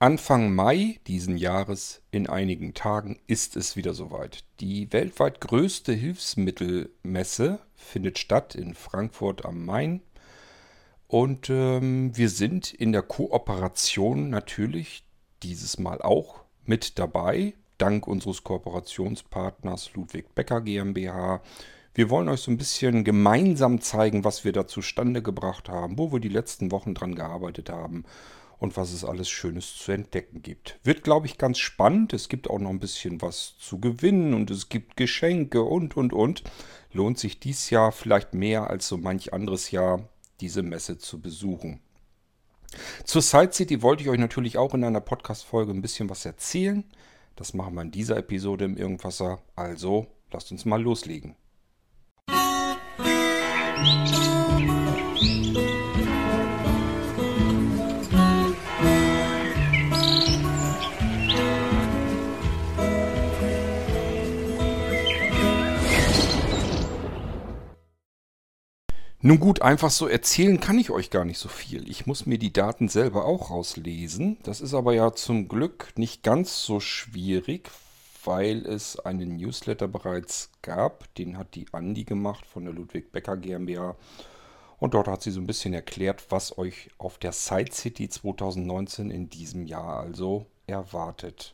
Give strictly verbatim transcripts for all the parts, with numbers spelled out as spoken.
Anfang Mai diesen Jahres, in einigen Tagen, ist es wieder soweit. Die weltweit größte Hilfsmittelmesse findet statt in Frankfurt am Main. Und ähm, wir sind in der Kooperation natürlich dieses Mal auch mit dabei, dank unseres Kooperationspartners Ludwig Becker GmbH. Wir wollen euch so ein bisschen gemeinsam zeigen, was wir da zustande gebracht haben, wo wir die letzten Wochen dran gearbeitet haben und was es alles Schönes zu entdecken gibt. Wird, glaube ich, ganz spannend. Es gibt auch noch ein bisschen was zu gewinnen und es gibt Geschenke und, und, und. Lohnt sich dies Jahr vielleicht mehr als so manch anderes Jahr, diese Messe zu besuchen. Zur Side City wollte ich euch natürlich auch in einer Podcast-Folge ein bisschen was erzählen. Das machen wir in dieser Episode im Irgendwasser. Also, lasst uns mal loslegen. Nun gut, einfach so erzählen kann ich euch gar nicht so viel. Ich muss mir die Daten selber auch rauslesen. Das ist aber ja zum Glück nicht ganz so schwierig, weil es einen Newsletter bereits gab. Den hat die Andi gemacht von der Ludwig Becker GmbH. Und dort hat sie so ein bisschen erklärt, was euch auf der Side City zwanzig neunzehn in diesem Jahr also erwartet.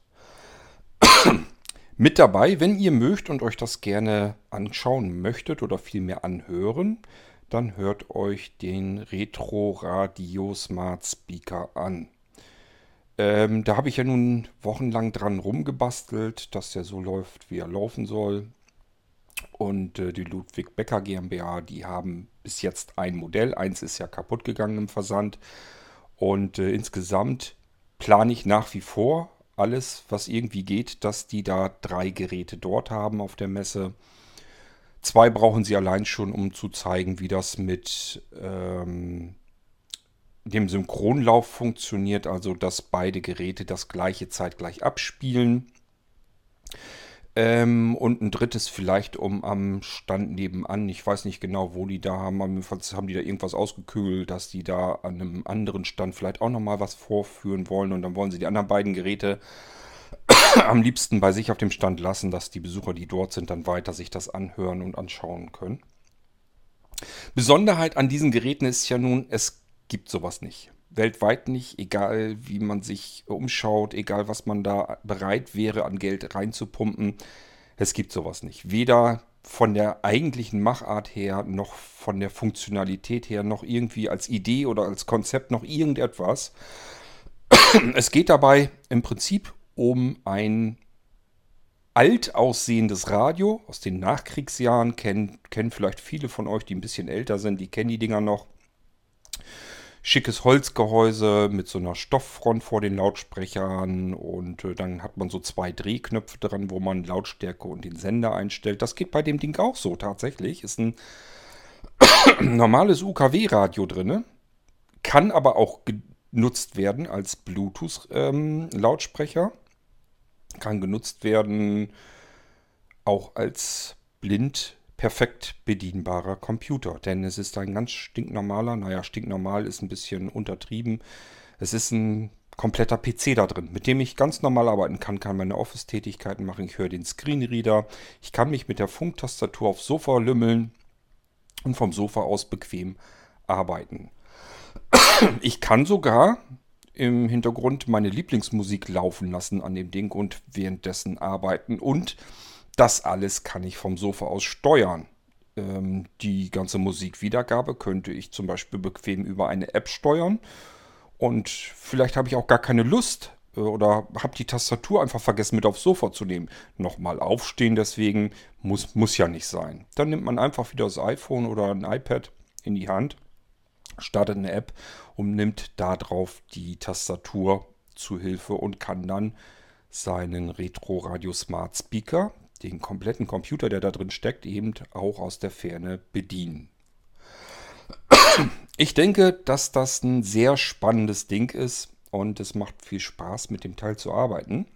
Mit dabei, wenn ihr mögt und euch das gerne anschauen möchtet oder vielmehr anhören, dann hört euch den Retro Radio Smart Speaker an. Ähm, da habe ich ja nun wochenlang dran rumgebastelt, dass der so läuft, wie er laufen soll. Und äh, die Ludwig Becker GmbH, die haben bis jetzt ein Modell. Eins ist ja kaputt gegangen im Versand. Und äh, insgesamt plane ich nach wie vor alles, was irgendwie geht, dass die da drei Geräte dort haben auf der Messe. Zwei brauchen sie allein schon, um zu zeigen, wie das mit ähm, dem Synchronlauf funktioniert, also dass beide Geräte das gleiche zeitgleich abspielen. Ähm, und ein drittes vielleicht um am Stand nebenan. Ich weiß nicht genau, wo die da haben. Jedenfalls haben die da irgendwas ausgekühlt, dass die da an einem anderen Stand vielleicht auch nochmal was vorführen wollen. Und dann wollen sie die anderen beiden Geräte am liebsten bei sich auf dem Stand lassen, dass die Besucher, die dort sind, dann weiter sich das anhören und anschauen können. Besonderheit an diesen Geräten ist ja nun, es gibt sowas nicht. Weltweit nicht, egal wie man sich umschaut, egal was man da bereit wäre an Geld reinzupumpen. Es gibt sowas nicht. Weder von der eigentlichen Machart her, noch von der Funktionalität her, noch irgendwie als Idee oder als Konzept, noch irgendetwas. Es geht dabei im Prinzip um ein alt aussehendes Radio aus den Nachkriegsjahren. Kennen, kennen vielleicht viele von euch, die ein bisschen älter sind, die kennen die Dinger noch. Schickes Holzgehäuse mit so einer Stofffront vor den Lautsprechern und äh, dann hat man so zwei Drehknöpfe dran, wo man Lautstärke und den Sender einstellt. Das geht bei dem Ding auch so tatsächlich. Ist ein normales U K W-Radio drin, kann aber auch genutzt werden als Bluetooth-Lautsprecher. Kann genutzt werden auch als blind perfekt bedienbarer Computer. Denn es ist ein ganz stinknormaler, naja, stinknormal ist ein bisschen untertrieben. Es ist ein kompletter P C da drin, mit dem ich ganz normal arbeiten kann, kann meine Office-Tätigkeiten machen. Ich höre den Screenreader. Ich kann mich mit der Funktastatur aufs Sofa lümmeln und vom Sofa aus bequem arbeiten. Ich kann sogar im Hintergrund meine Lieblingsmusik laufen lassen an dem Ding und währenddessen arbeiten. Und das alles kann ich vom Sofa aus steuern. Ähm, die ganze Musikwiedergabe könnte ich zum Beispiel bequem über eine App steuern. Und vielleicht habe ich auch gar keine Lust äh, oder habe die Tastatur einfach vergessen mit aufs Sofa zu nehmen. Nochmal aufstehen deswegen muss, muss ja nicht sein. Dann nimmt man einfach wieder das iPhone oder ein iPad in die Hand, startet eine App und nimmt darauf die Tastatur zu Hilfe und kann dann seinen Retro Radio Smart Speaker, den kompletten Computer, der da drin steckt, eben auch aus der Ferne bedienen. Ich denke, dass das ein sehr spannendes Ding ist und es macht viel Spaß, mit dem Teil zu arbeiten.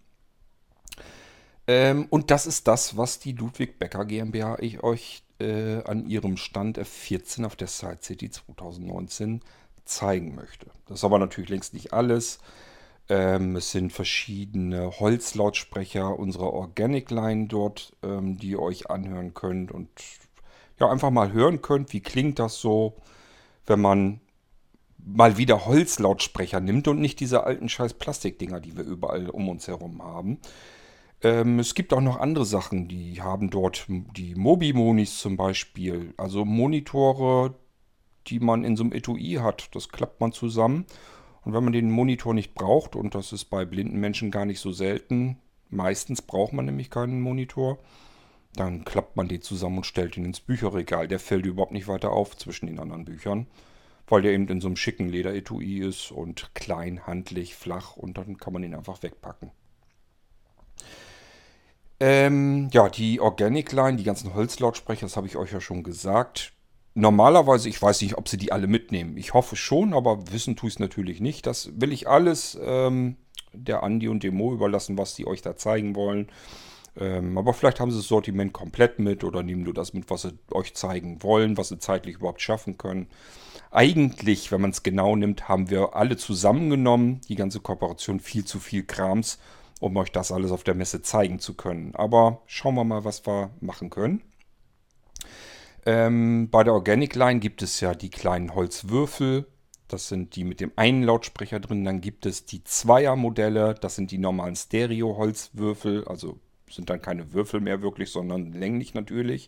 Ähm, und das ist das, was die Ludwig Becker GmbH ich euch äh, an ihrem Stand F vierzehn auf der Side City zwanzig neunzehn zeigen möchte. Das ist aber natürlich längst nicht alles. Ähm, es sind verschiedene Holzlautsprecher unserer Organic Line dort, ähm, die ihr euch anhören könnt und ja, einfach mal hören könnt, wie klingt das so, wenn man mal wieder Holzlautsprecher nimmt und nicht diese alten scheiß Plastikdinger, die wir überall um uns herum haben. Ähm, es gibt auch noch andere Sachen, die haben dort die Mobi-Monis zum Beispiel, also Monitore, die man in so einem Etui hat. Das klappt man zusammen. Und wenn man den Monitor nicht braucht, und das ist bei blinden Menschen gar nicht so selten, meistens braucht man nämlich keinen Monitor, dann klappt man den zusammen und stellt ihn ins Bücherregal. Der fällt überhaupt nicht weiter auf zwischen den anderen Büchern, weil der eben in so einem schicken Lederetui ist und klein, handlich, flach und dann kann man ihn einfach wegpacken. Ähm, ja, die Organic Line, die ganzen Holzlautsprecher, das habe ich euch ja schon gesagt. Normalerweise, ich weiß nicht, ob sie die alle mitnehmen. Ich hoffe schon, aber wissen tue ich es natürlich nicht. Das will ich alles ähm, der Andi und dem Mo überlassen, was die euch da zeigen wollen. Ähm, aber vielleicht haben sie das Sortiment komplett mit oder nehmen nur das mit, was sie euch zeigen wollen, was sie zeitlich überhaupt schaffen können. Eigentlich, wenn man es genau nimmt, haben wir alle zusammengenommen, die ganze Kooperation, viel zu viel Krams, um euch das alles auf der Messe zeigen zu können. Aber schauen wir mal, was wir machen können. Ähm, bei der Organic Line gibt es ja die kleinen Holzwürfel. Das sind die mit dem einen Lautsprecher drin. Dann gibt es die Zweier-Modelle. Das sind die normalen Stereo-Holzwürfel. Also sind dann keine Würfel mehr wirklich, sondern länglich natürlich.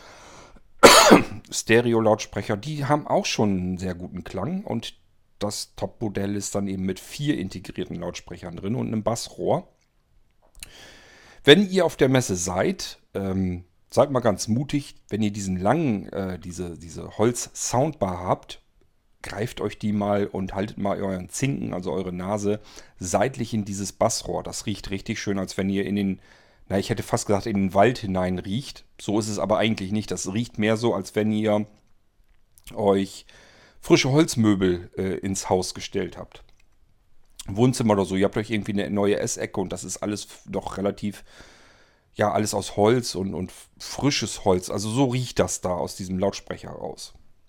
Stereo-Lautsprecher, die haben auch schon einen sehr guten Klang. Und das Top-Modell ist dann eben mit vier integrierten Lautsprechern drin und einem Bassrohr. Wenn ihr auf der Messe seid, ähm, seid mal ganz mutig, wenn ihr diesen langen, äh, diese, diese Holz-Soundbar habt, greift euch die mal und haltet mal euren Zinken, also eure Nase, seitlich in dieses Bassrohr. Das riecht richtig schön, als wenn ihr in den, na, ich hätte fast gesagt, in den Wald hinein riecht. So ist es aber eigentlich nicht. Das riecht mehr so, als wenn ihr euch frische Holzmöbel äh, ins Haus gestellt habt. Wohnzimmer oder so. Ihr habt euch irgendwie eine neue Essecke und das ist alles doch relativ, ja, alles aus Holz und, und frisches Holz. Also so riecht das da aus diesem Lautsprecher raus.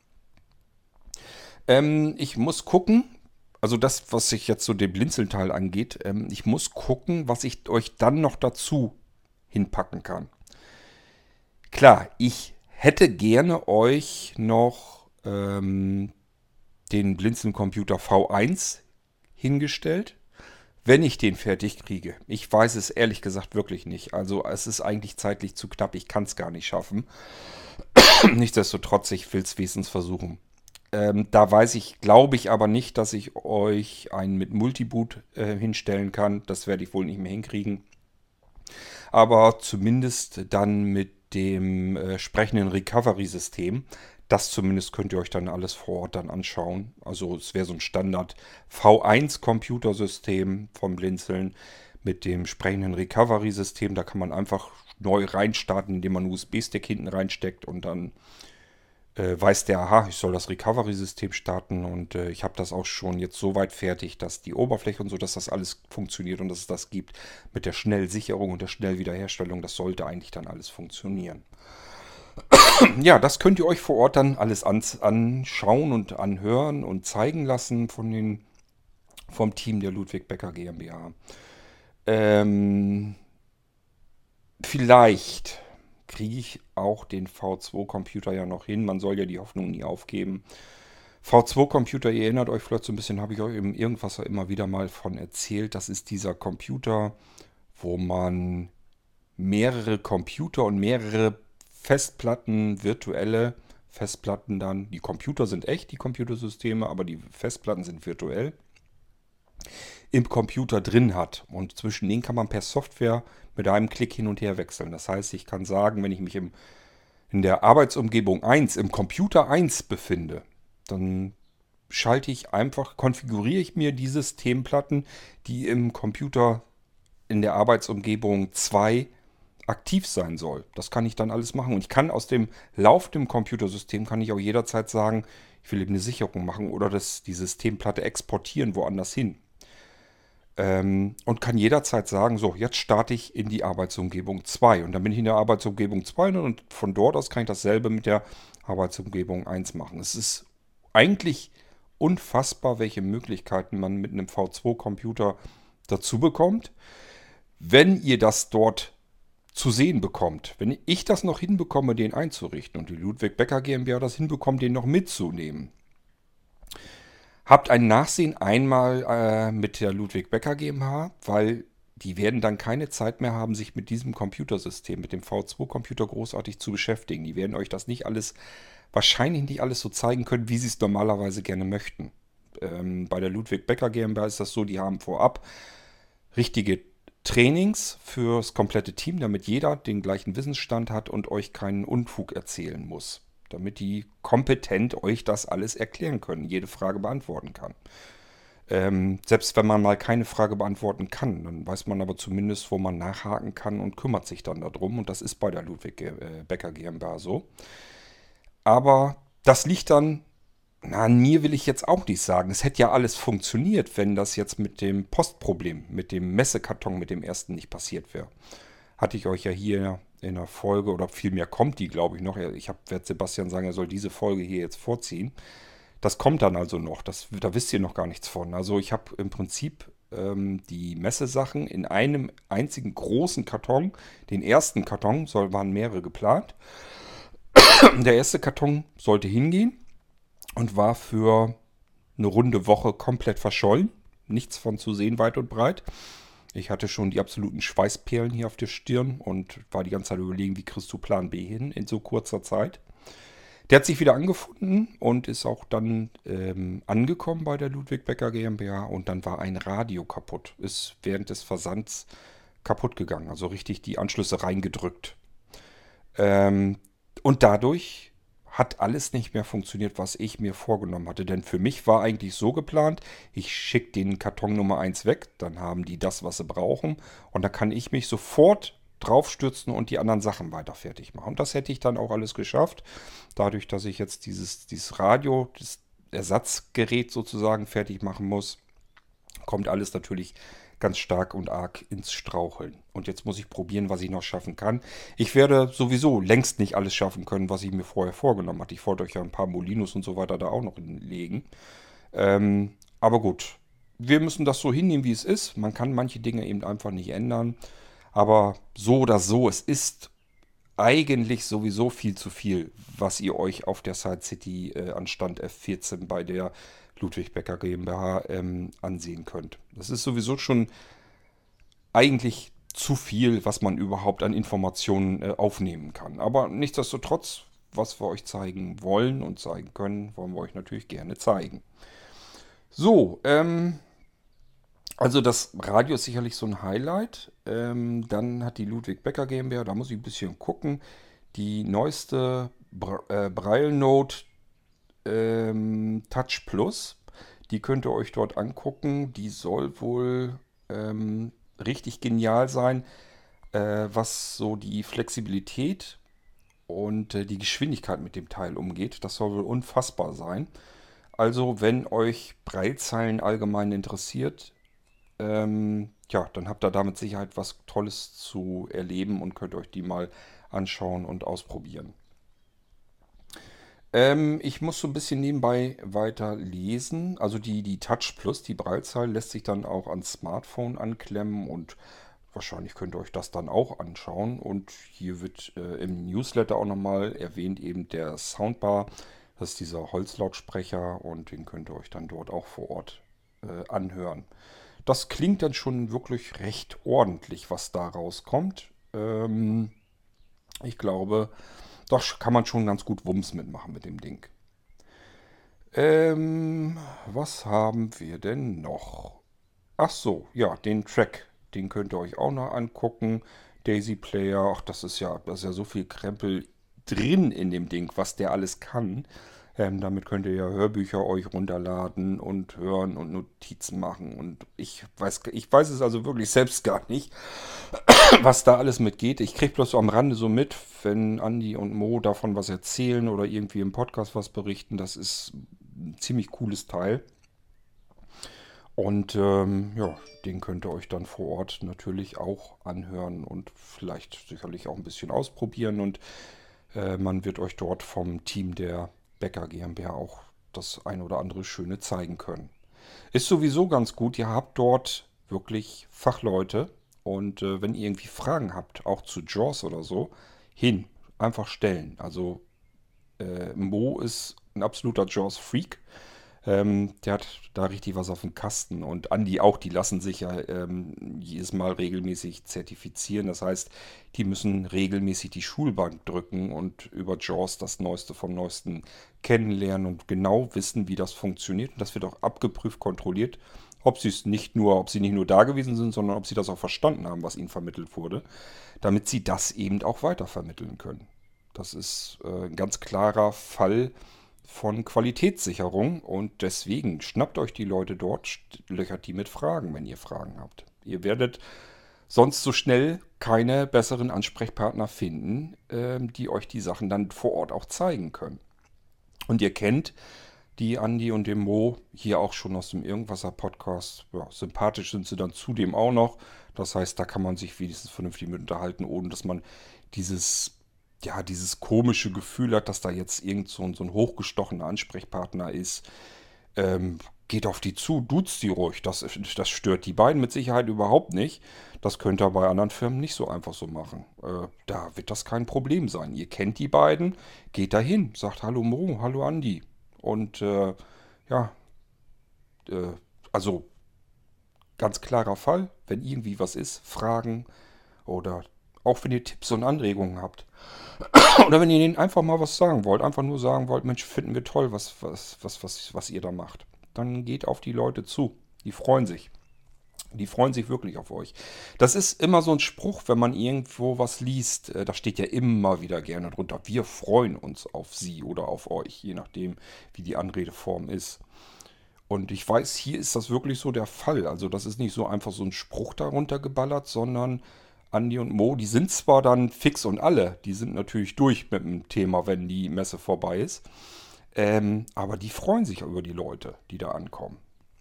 Ähm, ich muss gucken, also das, was sich jetzt so den Blinzelteil angeht, ähm, ich muss gucken, was ich euch dann noch dazu hinpacken kann. Klar, ich hätte gerne euch noch ähm, den Blinzeln-Computer V eins hingestellt, wenn ich den fertig kriege. Ich weiß es ehrlich gesagt wirklich nicht. Also es ist eigentlich zeitlich zu knapp. Ich kann es gar nicht schaffen. Nichtsdestotrotz, ich will es wenigstens versuchen. Ähm, da weiß ich, glaube ich aber nicht, dass ich euch einen mit Multiboot äh, hinstellen kann. Das werde ich wohl nicht mehr hinkriegen. Aber zumindest dann mit dem äh, sprechenden Recovery-System. Das zumindest könnt ihr euch dann alles vor Ort dann anschauen. Also es wäre so ein Standard V eins Computersystem vom Blinzeln mit dem sprechenden Recovery-System. Da kann man einfach neu reinstarten, indem man einen U S B-Stick hinten reinsteckt und dann äh, weiß der, aha, ich soll das Recovery-System starten und äh, ich habe das auch schon jetzt so weit fertig, dass die Oberfläche und so, dass das alles funktioniert und dass es das gibt mit der Schnellsicherung und der Schnellwiederherstellung. Das sollte eigentlich dann alles funktionieren. Ja, das könnt ihr euch vor Ort dann alles ans anschauen und anhören und zeigen lassen von den, vom Team der Ludwig Becker GmbH. Ähm, vielleicht kriege ich auch den V zwei Computer ja noch hin. Man soll ja die Hoffnung nie aufgeben. V zwei Computer, ihr erinnert euch vielleicht so ein bisschen, habe ich euch im Irgendwas immer wieder mal von erzählt. Das ist dieser Computer, wo man mehrere Computer und mehrere Festplatten, virtuelle Festplatten dann. Die Computer sind echt, die Computersysteme, aber die Festplatten sind virtuell. Im Computer drin hat. Und zwischen denen kann man per Software mit einem Klick hin und her wechseln. Das heißt, ich kann sagen, wenn ich mich im, in der Arbeitsumgebung eins, im Computer eins befinde, dann schalte ich einfach, konfiguriere ich mir die Systemplatten, die im Computer in der Arbeitsumgebung zwei aktiv sein soll. Das kann ich dann alles machen. Und ich kann aus dem laufenden Computersystem, kann ich auch jederzeit sagen, ich will eben eine Sicherung machen oder das, die Systemplatte exportieren woanders hin. Ähm, und kann jederzeit sagen, so, jetzt starte ich in die Arbeitsumgebung zwei. Und dann bin ich in der Arbeitsumgebung zwei und von dort aus kann ich dasselbe mit der Arbeitsumgebung eins machen. Es ist eigentlich unfassbar, welche Möglichkeiten man mit einem V zwei Computer dazu bekommt. Wenn ihr das dort zu sehen bekommt, wenn ich das noch hinbekomme, den einzurichten und die Ludwig Becker GmbH das hinbekommt, den noch mitzunehmen, habt ein Nachsehen einmal äh, mit der Ludwig Becker GmbH, weil die werden dann keine Zeit mehr haben, sich mit diesem Computersystem, mit dem V zwei Computer großartig zu beschäftigen. Die werden euch das nicht alles, wahrscheinlich nicht alles so zeigen können, wie sie es normalerweise gerne möchten. Ähm, bei der Ludwig Becker GmbH ist das so, die haben vorab richtige Trainings fürs komplette Team, damit jeder den gleichen Wissensstand hat und euch keinen Unfug erzählen muss. Damit die kompetent euch das alles erklären können, jede Frage beantworten kann. Ähm, selbst wenn man mal keine Frage beantworten kann, dann weiß man aber zumindest, wo man nachhaken kann und kümmert sich dann darum. Und das ist bei der Ludwig äh, Becker GmbH so. Aber das liegt dann, na, an mir will ich jetzt auch nicht sagen. Es hätte ja alles funktioniert, wenn das jetzt mit dem Postproblem, mit dem Messekarton, mit dem ersten nicht passiert wäre. Hatte ich euch ja hier in der Folge, oder vielmehr kommt die, glaube ich, noch. Ich werde Sebastian sagen, er soll diese Folge hier jetzt vorziehen. Das kommt dann also noch. Das, da wisst ihr noch gar nichts von. Also ich habe im Prinzip ähm, die Messesachen in einem einzigen großen Karton. Den ersten Karton soll, waren mehrere geplant. Der erste Karton sollte hingehen und war für eine runde Woche komplett verschollen. Nichts von zu sehen, weit und breit. Ich hatte schon die absoluten Schweißperlen hier auf der Stirn und war die ganze Zeit überlegen, wie kriegst du Plan B hin in so kurzer Zeit. Der hat sich wieder angefunden und ist auch dann ähm, angekommen bei der Ludwig Becker GmbH und dann war ein Radio kaputt. Ist während des Versands kaputt gegangen, also richtig die Anschlüsse reingedrückt. Ähm, und dadurch hat alles nicht mehr funktioniert, was ich mir vorgenommen hatte. Denn für mich war eigentlich so geplant, ich schicke den Karton Nummer eins weg, dann haben die das, was sie brauchen. Und dann kann ich mich sofort draufstürzen und die anderen Sachen weiter fertig machen. Und das hätte ich dann auch alles geschafft. Dadurch, dass ich jetzt dieses, dieses Radio, das Ersatzgerät sozusagen fertig machen muss, kommt alles natürlich ganz stark und arg ins Straucheln. Und jetzt muss ich probieren, was ich noch schaffen kann. Ich werde sowieso längst nicht alles schaffen können, was ich mir vorher vorgenommen hatte. Ich wollte euch ja ein paar Molinos und so weiter da auch noch hinlegen. Ähm, aber gut, wir müssen das so hinnehmen, wie es ist. Man kann manche Dinge eben einfach nicht ändern. Aber so oder so, es ist eigentlich sowieso viel zu viel, was ihr euch auf der Side City äh, an Stand F vierzehn bei der Ludwig Becker GmbH ähm, ansehen könnt. Das ist sowieso schon eigentlich zu viel, was man überhaupt an Informationen äh, aufnehmen kann. Aber nichtsdestotrotz, was wir euch zeigen wollen und zeigen können, wollen wir euch natürlich gerne zeigen. So, ähm, also das Radio ist sicherlich so ein Highlight. Ähm, dann hat die Ludwig Becker GmbH, da muss ich ein bisschen gucken, die neueste Bra äh, Braille Note ähm, Touch Plus. Die könnt ihr euch dort angucken. Die soll wohl ähm, richtig genial sein, äh, was so die Flexibilität und äh, die Geschwindigkeit mit dem Teil umgeht. Das soll wohl unfassbar sein. Also, wenn euch Braillezeilen allgemein interessiert, ähm, ja, dann habt ihr da mit Sicherheit was Tolles zu erleben und könnt euch die mal anschauen und ausprobieren. Ähm, ich muss so ein bisschen nebenbei weiter lesen. Also die, die Touch Plus, die Braillezeile, lässt sich dann auch ans Smartphone anklemmen und wahrscheinlich könnt ihr euch das dann auch anschauen. Und hier wird äh, im Newsletter auch nochmal erwähnt eben der Soundbar. Das ist dieser Holzlautsprecher und den könnt ihr euch dann dort auch vor Ort äh, anhören. Das klingt dann schon wirklich recht ordentlich, was da rauskommt. Ähm, ich glaube, da kann man schon ganz gut Wumms mitmachen mit dem Ding. Ähm, was haben wir denn noch? Ach so, ja, den Track, den könnt ihr euch auch noch angucken. Daisy Player, ach, das ist ja, das ist ja so viel Krempel drin in dem Ding, was der alles kann. Ähm, damit könnt ihr ja Hörbücher euch runterladen und hören und Notizen machen. Und ich weiß, ich weiß es also wirklich selbst gar nicht, was da alles mitgeht. Ich kriege bloß so am Rande so mit, wenn Andi und Mo davon was erzählen oder irgendwie im Podcast was berichten. Das ist ein ziemlich cooles Teil. Und ähm, ja, den könnt ihr euch dann vor Ort natürlich auch anhören und vielleicht sicherlich auch ein bisschen ausprobieren. Und äh, man wird euch dort vom Team der Becker GmbH auch das ein oder andere Schöne zeigen können. Ist sowieso ganz gut. Ihr habt dort wirklich Fachleute. Und äh, wenn ihr irgendwie Fragen habt, auch zu JAWS oder so, hin, einfach stellen. Also äh, Mo ist ein absoluter JAWS-Freak. Ähm, der hat da richtig was auf dem Kasten. Und Andi auch, die lassen sich ja ähm, jedes Mal regelmäßig zertifizieren. Das heißt, die müssen regelmäßig die Schulbank drücken und über JAWS das Neueste vom Neuesten kennenlernen und genau wissen, wie das funktioniert. Und das wird auch abgeprüft, kontrolliert, ob sie es nicht nur, ob sie nicht nur da gewesen sind, sondern ob sie das auch verstanden haben, was ihnen vermittelt wurde, damit sie das eben auch weitervermitteln können. Das ist äh, ein ganz klarer Fall von Qualitätssicherung und deswegen schnappt euch die Leute dort, st- löchert die mit Fragen, wenn ihr Fragen habt. Ihr werdet sonst so schnell keine besseren Ansprechpartner finden, ähm, die euch die Sachen dann vor Ort auch zeigen können. Und ihr kennt die Andi und den Mo hier auch schon aus dem Irgendwasser Podcast. Ja, sympathisch sind sie dann zudem auch noch. Das heißt, da kann man sich wenigstens vernünftig mit unterhalten, ohne dass man dieses, ja, dieses komische Gefühl hat, dass da jetzt irgend so ein, so ein hochgestochener Ansprechpartner ist. Ähm, geht auf die zu, duzt die ruhig. Das, das stört die beiden mit Sicherheit überhaupt nicht. Das könnt ihr bei anderen Firmen nicht so einfach so machen. Äh, da wird das kein Problem sein. Ihr kennt die beiden, geht dahin, sagt Hallo Mo, hallo Andi. Und äh, ja, äh, also ganz klarer Fall, wenn irgendwie was ist, Fragen oder auch wenn ihr Tipps und Anregungen habt. Oder wenn ihr ihnen einfach mal was sagen wollt, einfach nur sagen wollt, Mensch, finden wir toll, was, was, was, was, was ihr da macht. Dann geht auf die Leute zu. Die freuen sich. Die freuen sich wirklich auf euch. Das ist immer so ein Spruch, wenn man irgendwo was liest. äh, Da steht ja immer wieder gerne drunter. Wir freuen uns auf Sie oder auf euch, je nachdem, wie die Anredeform ist. Und ich weiß, hier ist das wirklich so der Fall. Also das ist nicht so einfach so ein Spruch darunter geballert, sondern Andi und Mo, die sind zwar dann fix und alle, die sind natürlich durch mit dem Thema, wenn die Messe vorbei ist. Ähm, aber die freuen sich über die Leute, die da ankommen.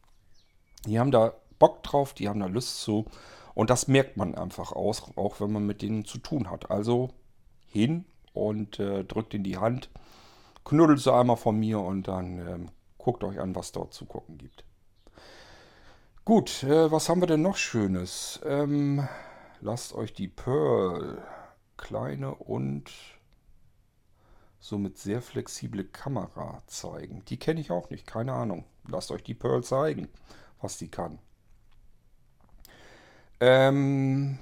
Die haben da Bock drauf, die haben da Lust zu. Und das merkt man einfach aus, auch wenn man mit denen zu tun hat. Also hin und äh, drückt in die Hand, knuddelt sie einmal von mir und dann ähm, guckt euch an, was dort zu gucken gibt. Gut, äh, was haben wir denn noch Schönes? Ähm, lasst euch die Pearl, kleine und somit sehr flexible Kamera zeigen. Die kenne ich auch nicht, keine Ahnung. Lasst euch die Pearl zeigen, was die kann. Ähm,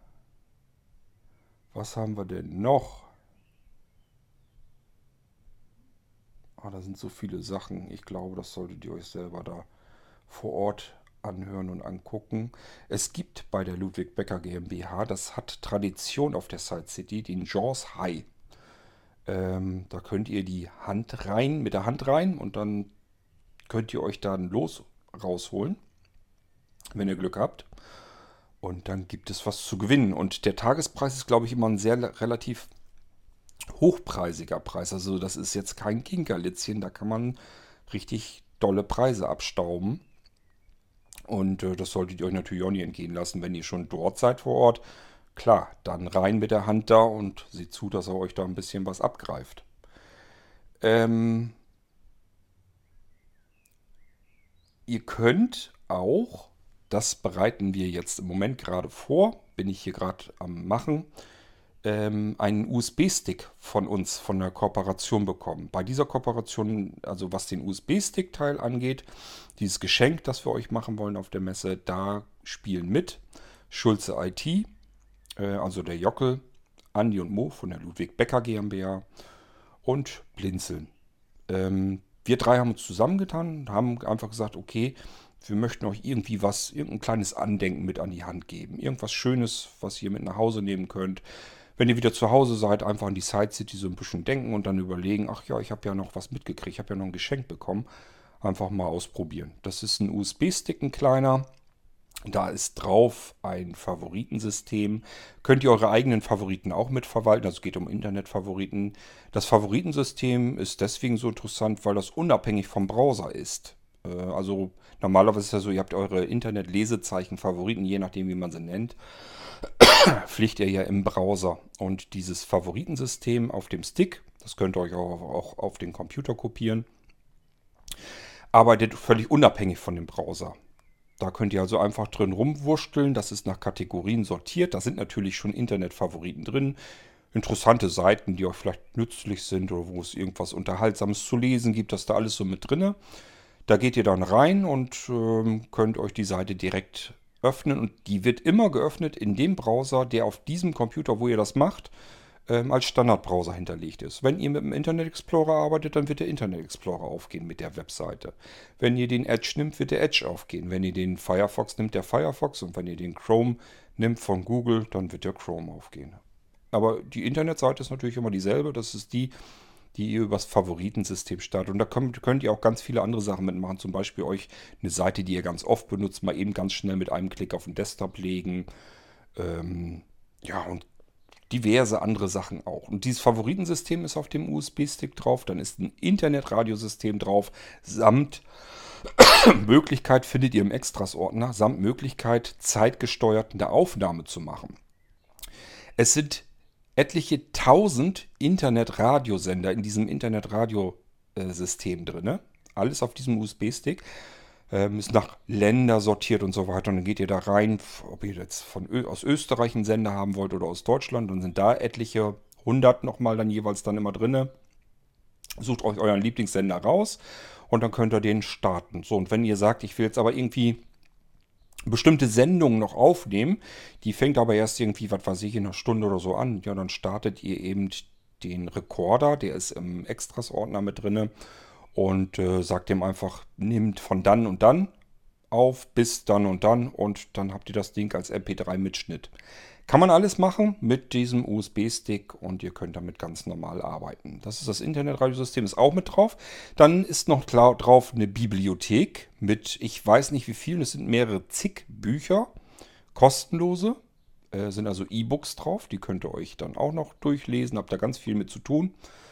was haben wir denn noch? Ah, da sind so viele Sachen. Ich glaube, das solltet ihr euch selber da vor Ort anhören und angucken. Es gibt bei der Ludwig Becker GmbH, das hat Tradition auf der Side City, den JAWS High. Ähm, da könnt ihr die Hand rein, mit der Hand rein und dann könnt ihr euch dann los rausholen, wenn ihr Glück habt. Und dann gibt es was zu gewinnen. Und der Tagespreis ist, glaube ich, immer ein sehr relativ hochpreisiger Preis. Also das ist jetzt kein Kinkerlitzchen, da kann man richtig dolle Preise abstauben. Und äh, das solltet ihr euch natürlich auch nicht entgehen lassen, wenn ihr schon dort seid vor Ort. Klar, dann rein mit der Hand da und seht zu, dass er euch da ein bisschen was abgreift. Ähm, ihr könnt auch, das bereiten wir jetzt im Moment gerade vor, bin ich hier gerade am Machen, ähm, einen U S B-Stick von uns, von der Kooperation bekommen. Bei dieser Kooperation, also was den U S B-Stick-Teil angeht, dieses Geschenk, das wir euch machen wollen auf der Messe, da spielen mit Schulze I T, äh, also der Jockel, Andi und Mo von der Ludwig Becker GmbH und Blinzeln. Ähm, wir drei haben uns zusammengetan, haben einfach gesagt, okay, wir möchten euch irgendwie was, irgendein kleines Andenken mit an die Hand geben. Irgendwas Schönes, was ihr mit nach Hause nehmen könnt. Wenn ihr wieder zu Hause seid, einfach an die Side City so ein bisschen denken und dann überlegen, ach ja, ich habe ja noch was mitgekriegt, ich habe ja noch ein Geschenk bekommen. Einfach mal ausprobieren. Das ist ein U S B-Stick, ein kleiner. Da ist drauf ein Favoritensystem. Könnt ihr eure eigenen Favoriten auch mitverwalten. Also es geht um Internetfavoriten. Das Favoritensystem ist deswegen so interessant, weil das unabhängig vom Browser ist. Äh, Also normalerweise ist es ja so, ihr habt eure Internet-Lesezeichen, Favoriten, je nachdem wie man sie nennt, pflegt ihr ja im Browser. Und dieses Favoritensystem auf dem Stick, das könnt ihr euch auch, auch auf den Computer kopieren, arbeitet völlig unabhängig von dem Browser. Da könnt ihr also einfach drin rumwurschteln. Das ist nach Kategorien sortiert. Da sind natürlich schon Internetfavoriten drin. Interessante Seiten, die euch vielleicht nützlich sind oder wo es irgendwas Unterhaltsames zu lesen gibt. Das ist da alles so mit drinne. Da geht ihr dann rein und ähm, könnt euch die Seite direkt öffnen. Und die wird immer geöffnet in dem Browser, der auf diesem Computer, wo ihr das macht, ähm, als Standardbrowser hinterlegt ist. Wenn ihr mit dem Internet Explorer arbeitet, dann wird der Internet Explorer aufgehen mit der Webseite. Wenn ihr den Edge nimmt, wird der Edge aufgehen. Wenn ihr den Firefox nimmt, der Firefox. Und wenn ihr den Chrome nimmt von Google, dann wird der Chrome aufgehen. Aber die Internetseite ist natürlich immer dieselbe. Das ist die, die ihr übers Favoritensystem startet. Und da könnt, könnt ihr auch ganz viele andere Sachen mitmachen. Zum Beispiel euch eine Seite, die ihr ganz oft benutzt, mal eben ganz schnell mit einem Klick auf den Desktop legen. Ähm, ja, und diverse andere Sachen auch. Und dieses Favoritensystem ist auf dem U S B-Stick drauf. Dann ist ein Internetradiosystem drauf, samt Möglichkeit, findet ihr im Extras-Ordner, samt Möglichkeit, zeitgesteuert eine Aufnahme zu machen. Es sind etliche tausend Internetradiosender in diesem Internetradiosystem drin. Alles auf diesem U S B-Stick. Ähm, ist nach Länder sortiert und so weiter. Und dann geht ihr da rein, ob ihr jetzt von Ö aus Österreich einen Sender haben wollt oder aus Deutschland. Dann sind da etliche hundert nochmal dann jeweils dann immer drin. Sucht euch euren Lieblingssender raus und dann könnt ihr den starten. So, und wenn ihr sagt, ich will jetzt aber irgendwie bestimmte Sendungen noch aufnehmen, die fängt aber erst irgendwie, was weiß ich, in einer Stunde oder so an. Ja, dann startet ihr eben den Recorder, der ist im Extras-Ordner mit drin und äh, sagt dem einfach, nimmt von dann und dann auf bis dann und dann und dann habt ihr das Ding als M P drei Mitschnitt. Kann man alles machen mit diesem U S B-Stick und ihr könnt damit ganz normal arbeiten. Das ist das Internetradiosystem, ist auch mit drauf. Dann ist noch klar drauf eine Bibliothek mit, ich weiß nicht wie vielen, es sind mehrere zig Bücher, kostenlose. Äh, sind also E-Books drauf, die könnt ihr euch dann auch noch durchlesen, habt da ganz viel mit zu tun.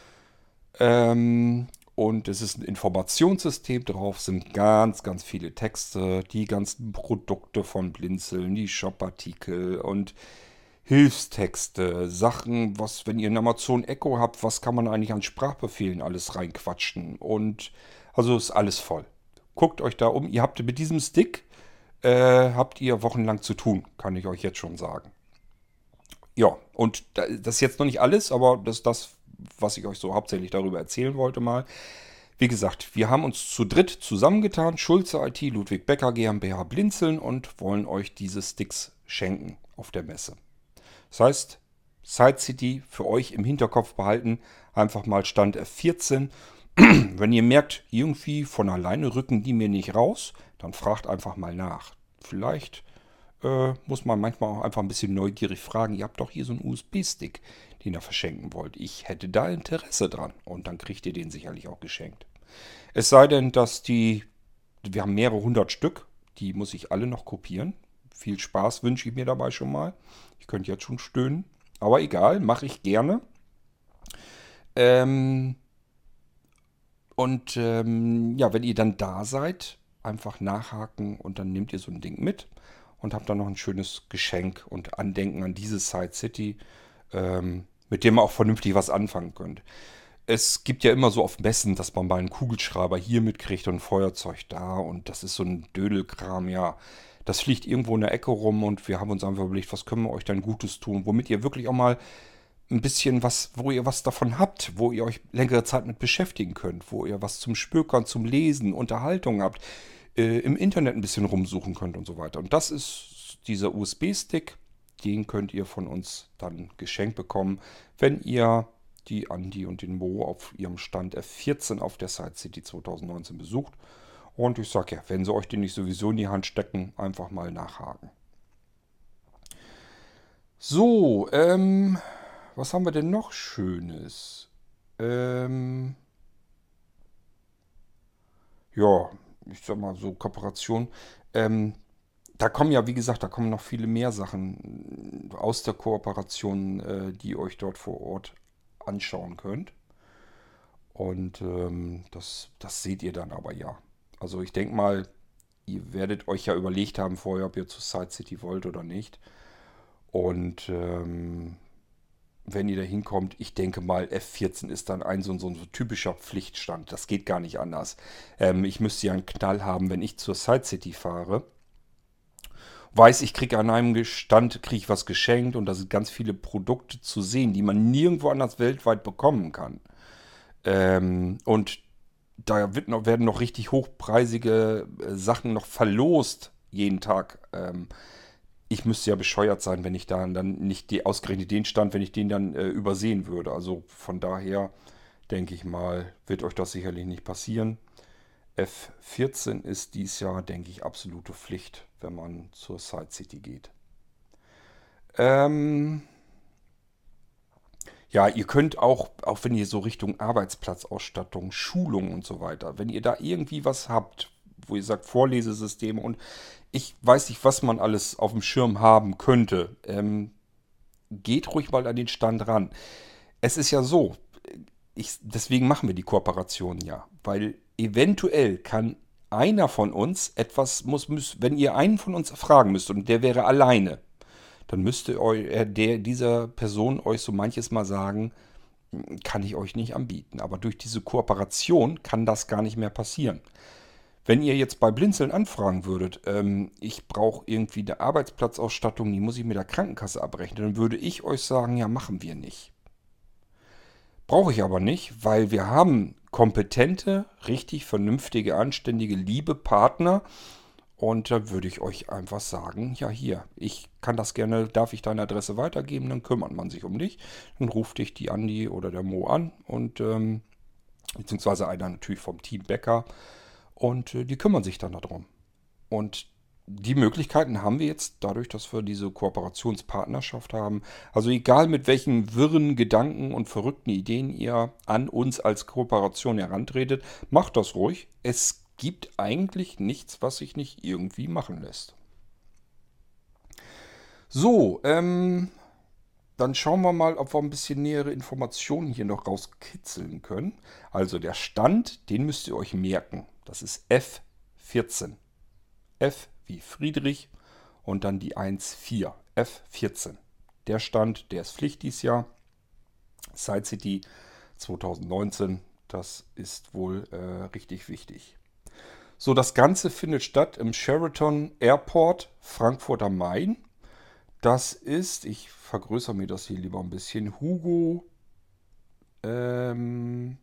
Ähm, und es ist ein Informationssystem drauf, sind ganz, ganz viele Texte, die ganzen Produkte von Blinzeln, die Shop-Artikel und Hilfstexte, Sachen, was, wenn ihr einen Amazon Echo habt, was kann man eigentlich an Sprachbefehlen alles reinquatschen? Und also ist alles voll. Guckt euch da um. Ihr habt mit diesem Stick, äh, habt ihr wochenlang zu tun, kann ich euch jetzt schon sagen. Ja, und da- das ist jetzt noch nicht alles, aber das ist das, was ich euch so hauptsächlich darüber erzählen wollte mal. Wie gesagt, wir haben uns zu dritt zusammengetan, Schulze I T, Ludwig Becker GmbH Blinzeln und wollen euch diese Sticks schenken auf der Messe. Das heißt, Side City für euch im Hinterkopf behalten, einfach mal Stand F vierzehn. Wenn ihr merkt, irgendwie von alleine rücken die mir nicht raus, dann fragt einfach mal nach. Vielleicht äh, muss man manchmal auch einfach ein bisschen neugierig fragen, ihr habt doch hier so einen U S B-Stick, den ihr verschenken wollt. Ich hätte da Interesse dran und dann kriegt ihr den sicherlich auch geschenkt. Es sei denn, dass die, wir haben mehrere hundert Stück, die muss ich alle noch kopieren. Viel Spaß wünsche ich mir dabei schon mal. Ich könnte jetzt schon stöhnen, aber egal, mache ich gerne. Ähm, und ähm, ja, wenn ihr dann da seid, einfach nachhaken und dann nehmt ihr so ein Ding mit und habt dann noch ein schönes Geschenk und Andenken an diese Side City, ähm, mit dem ihr auch vernünftig was anfangen könnt. Es gibt ja immer so auf Messen, dass man mal einen Kugelschreiber hier mitkriegt und ein Feuerzeug da und das ist so ein Dödelkram, ja. Das fliegt irgendwo in der Ecke rum und wir haben uns einfach überlegt, was können wir euch denn Gutes tun, womit ihr wirklich auch mal ein bisschen was, wo ihr was davon habt, wo ihr euch längere Zeit mit beschäftigen könnt, wo ihr was zum Spökern, zum Lesen, Unterhaltung habt, äh, im Internet ein bisschen rumsuchen könnt und so weiter. Und das ist dieser U S B-Stick, den könnt ihr von uns dann geschenkt bekommen, wenn ihr die Andi und den Mo auf ihrem Stand F vierzehn auf der Side City zwanzig neunzehn besucht. Und ich sage ja, wenn sie euch den nicht sowieso in die Hand stecken, einfach mal nachhaken. So, ähm, was haben wir denn noch Schönes? Ähm, ja, ich sag mal so Kooperation. Ähm, da kommen ja, wie gesagt, da kommen noch viele mehr Sachen aus der Kooperation, äh, die ihr euch dort vor Ort anschauen könnt. Und ähm, das, das seht ihr dann aber ja. Also ich denke mal, ihr werdet euch ja überlegt haben vorher, ob ihr zu Side City wollt oder nicht. Und ähm, wenn ihr da hinkommt, ich denke mal, F vierzehn ist dann ein so, so ein so typischer Pflichtstand. Das geht gar nicht anders. Ähm, ich müsste ja einen Knall haben, wenn ich zur Side City fahre. weiß, ich kriege an einem Stand kriege ich was geschenkt und da sind ganz viele Produkte zu sehen, die man nirgendwo anders weltweit bekommen kann. Ähm, und da wird noch, werden noch richtig hochpreisige äh, Sachen noch verlost jeden Tag. Ähm, ich müsste ja bescheuert sein, wenn ich da dann nicht die, ausgerechnet den Stand, wenn ich den dann äh, übersehen würde. Also von daher denke ich mal, wird euch das sicherlich nicht passieren. F vierzehn ist dies Jahr, denke ich, absolute Pflicht, wenn man zur Side City geht. Ähm, ja, ihr könnt auch, auch wenn ihr so Richtung Arbeitsplatzausstattung, Schulung und so weiter, wenn ihr da irgendwie was habt, wo ihr sagt Vorlesesysteme und ich weiß nicht, was man alles auf dem Schirm haben könnte, ähm, geht ruhig mal an den Stand ran. Es ist ja so, ich, deswegen machen wir die Kooperation ja, weil eventuell kann einer von uns etwas, muss, muss, wenn ihr einen von uns fragen müsst und der wäre alleine, dann müsste eu, äh, der, dieser Person euch so manches Mal sagen, kann ich euch nicht anbieten. Aber durch diese Kooperation kann das gar nicht mehr passieren. Wenn ihr jetzt bei Blinzeln anfragen würdet, ähm, ich brauche irgendwie eine Arbeitsplatzausstattung, die muss ich mit der Krankenkasse abrechnen, dann würde ich euch sagen, ja, machen wir nicht. Brauche ich aber nicht, weil wir haben kompetente, richtig vernünftige, anständige, liebe Partner. Und da würde ich euch einfach sagen, ja hier, ich kann das gerne, darf ich deine Adresse weitergeben, dann kümmert man sich um dich. Dann ruft dich die Andi oder der Mo an und ähm, beziehungsweise einer natürlich vom Team Bäcker und äh, die kümmern sich dann darum. Und die Möglichkeiten haben wir jetzt dadurch, dass wir diese Kooperationspartnerschaft haben. Also egal mit welchen wirren Gedanken und verrückten Ideen ihr an uns als Kooperation herantretet, macht das ruhig. Es gibt eigentlich nichts, was sich nicht irgendwie machen lässt. So, ähm, dann schauen wir mal, ob wir ein bisschen nähere Informationen hier noch rauskitzeln können. Also der Stand, den müsst ihr euch merken. Das ist F vierzehn. F wie Friedrich und dann die eins vier. F vierzehn. Der Stand, der ist Pflicht dieses Jahr. Side City zwanzig neunzehn, das ist wohl äh, richtig wichtig. So, das Ganze findet statt im Sheraton Airport Frankfurt am Main. Das ist, ich vergrößere mir das hier lieber ein bisschen, Hugo ähm,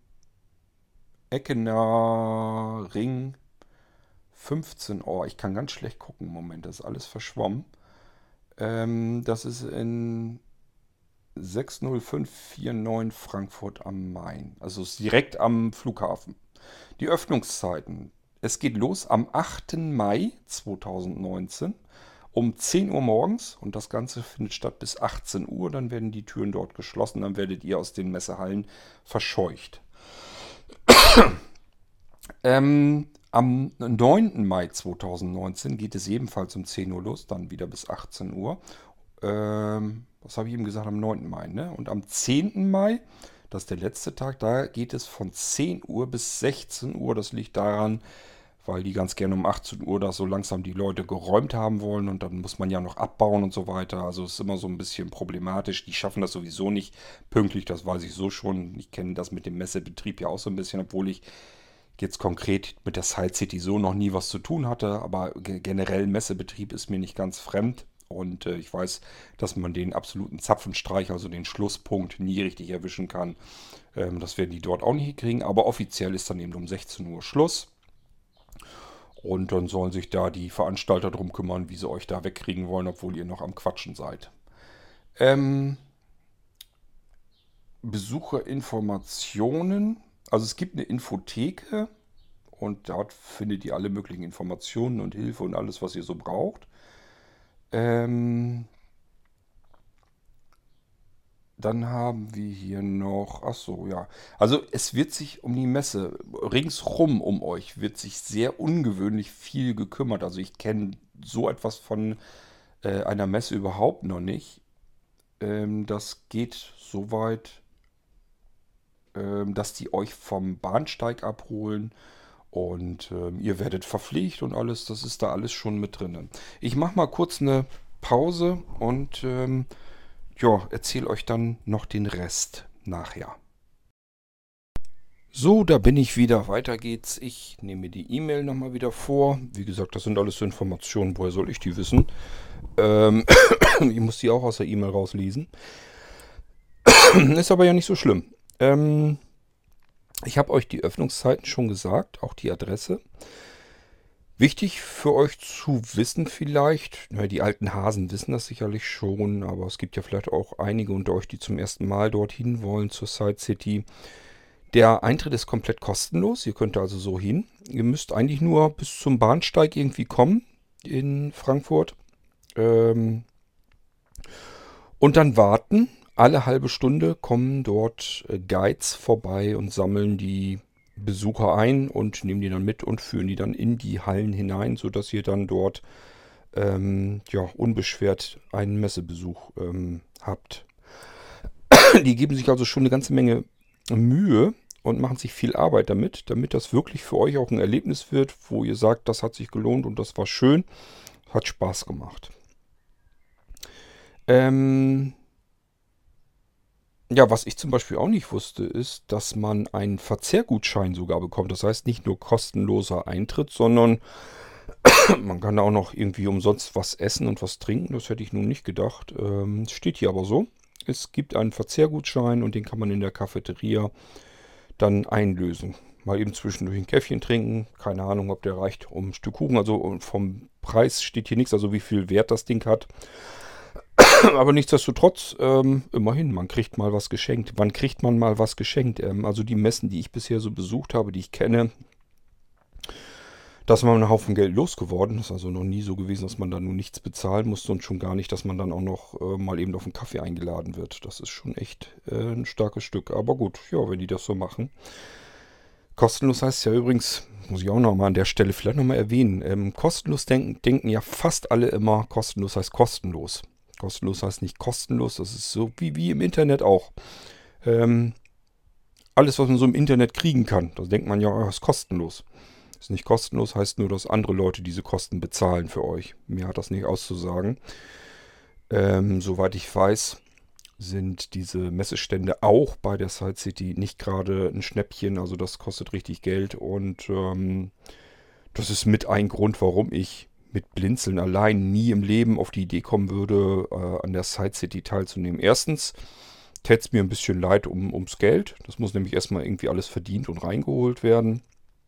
Eckener Ring fünfzehn. Oh, ich kann ganz schlecht gucken im Moment, das ist alles verschwommen. Ähm, das ist in sechs null fünf vier neun Frankfurt am Main. Also ist direkt am Flughafen. Die Öffnungszeiten. Es geht los am achten Mai zweitausendneunzehn um zehn Uhr morgens und das Ganze findet statt bis achtzehn Uhr. Dann werden die Türen dort geschlossen, dann werdet ihr aus den Messehallen verscheucht. Ähm, am neunten Mai zweitausendneunzehn geht es ebenfalls um zehn Uhr los, dann wieder bis achtzehn Uhr. Ähm, was habe ich eben gesagt? Am neunten Mai, ne? Und am zehnten Mai, das ist der letzte Tag, da geht es von zehn Uhr bis sechzehn Uhr. Das liegt daran, weil die ganz gerne um achtzehn Uhr da so langsam die Leute geräumt haben wollen und dann muss man ja noch abbauen und so weiter. Also es ist immer so ein bisschen problematisch. Die schaffen das sowieso nicht pünktlich, das weiß ich so schon. Ich kenne das mit dem Messebetrieb ja auch so ein bisschen, obwohl ich jetzt konkret mit der Side City so noch nie was zu tun hatte, aber generell Messebetrieb ist mir nicht ganz fremd und äh, ich weiß, dass man den absoluten Zapfenstreich, also den Schlusspunkt, nie richtig erwischen kann. Ähm, das werden die dort auch nicht kriegen, aber offiziell ist dann eben um sechzehn Uhr Schluss. Und dann sollen sich da die Veranstalter drum kümmern, wie sie euch da wegkriegen wollen, obwohl ihr noch am Quatschen seid. Ähm, Besucherinformationen. Also es gibt eine Infotheke und dort findet ihr alle möglichen Informationen und Hilfe und alles, was ihr so braucht. Ähm, dann haben wir hier noch, ach so, ja. Also es wird sich um die Messe, ringsrum um euch, wird sich sehr ungewöhnlich viel gekümmert. Also ich kenne so etwas von äh, einer Messe überhaupt noch nicht. Ähm, das geht so weit, ähm, dass die euch vom Bahnsteig abholen und ähm, ihr werdet verpflegt und alles. Das ist da alles schon mit drin. Ich mache mal kurz eine Pause und ähm, ja, erzähle euch dann noch den Rest nachher. So, da bin ich wieder. Weiter geht's. Ich nehme mir die E-Mail nochmal wieder vor. Wie gesagt, das sind alles so Informationen. Woher soll ich die wissen? Ähm, ich muss die auch aus der E-Mail rauslesen. Ist aber ja nicht so schlimm. Ähm, ich habe euch die Öffnungszeiten schon gesagt, auch die Adresse. Wichtig für euch zu wissen vielleicht, na, die alten Hasen wissen das sicherlich schon, aber es gibt ja vielleicht auch einige unter euch, die zum ersten Mal dorthin wollen zur Side City. Der Eintritt ist komplett kostenlos. Ihr könnt also so hin. Ihr müsst eigentlich nur bis zum Bahnsteig irgendwie kommen in Frankfurt. Ähm, und dann warten. Alle halbe Stunde kommen dort äh, Guides vorbei und sammeln die Besucher ein und nehmen die dann mit und führen die dann in die Hallen hinein, sodass ihr dann dort ähm, ja, unbeschwert einen Messebesuch ähm, habt. Die geben sich also schon eine ganze Menge Mühe und machen sich viel Arbeit damit, damit das wirklich für euch auch ein Erlebnis wird, wo ihr sagt, das hat sich gelohnt und das war schön, hat Spaß gemacht. Ähm, ja, was ich zum Beispiel auch nicht wusste, ist, dass man einen Verzehrgutschein sogar bekommt. Das heißt nicht nur kostenloser Eintritt, sondern man kann da auch noch irgendwie umsonst was essen und was trinken. Das hätte ich nun nicht gedacht. Ähm, steht hier aber so. Es gibt einen Verzehrgutschein und den kann man in der Cafeteria dann einlösen. Mal eben zwischendurch ein Käffchen trinken. Keine Ahnung, ob der reicht, um ein Stück Kuchen. Also vom Preis steht hier nichts, also wie viel Wert das Ding hat. Aber nichtsdestotrotz, ähm, immerhin, man kriegt mal was geschenkt. Wann kriegt man mal was geschenkt? Ähm, also die Messen, die ich bisher so besucht habe, die ich kenne, da ist man einen Haufen Geld losgeworden. Das ist also noch nie so gewesen, dass man da nun nichts bezahlen musste und schon gar nicht, dass man dann auch noch äh, mal eben auf einen Kaffee eingeladen wird. Das ist schon echt äh, ein starkes Stück. Aber gut, ja, wenn die das so machen. Kostenlos heißt ja übrigens, muss ich auch noch mal an der Stelle vielleicht noch mal erwähnen, ähm, kostenlos denken, denken ja fast alle immer, kostenlos heißt kostenlos. Kostenlos heißt nicht kostenlos, das ist so wie, wie im Internet auch. Ähm, alles, was man so im Internet kriegen kann, da denkt man ja, oh, ist kostenlos. Ist nicht kostenlos, heißt nur, dass andere Leute diese Kosten bezahlen für euch. Mir hat das nicht auszusagen. Ähm, soweit ich weiß, sind diese Messestände auch bei der Side City nicht gerade ein Schnäppchen. Also das kostet richtig Geld und ähm, das ist mit ein Grund, warum ich mit Blinzeln allein nie im Leben auf die Idee kommen würde, äh, an der Side City teilzunehmen. Erstens täte es mir ein bisschen leid um, ums Geld. Das muss nämlich erstmal irgendwie alles verdient und reingeholt werden.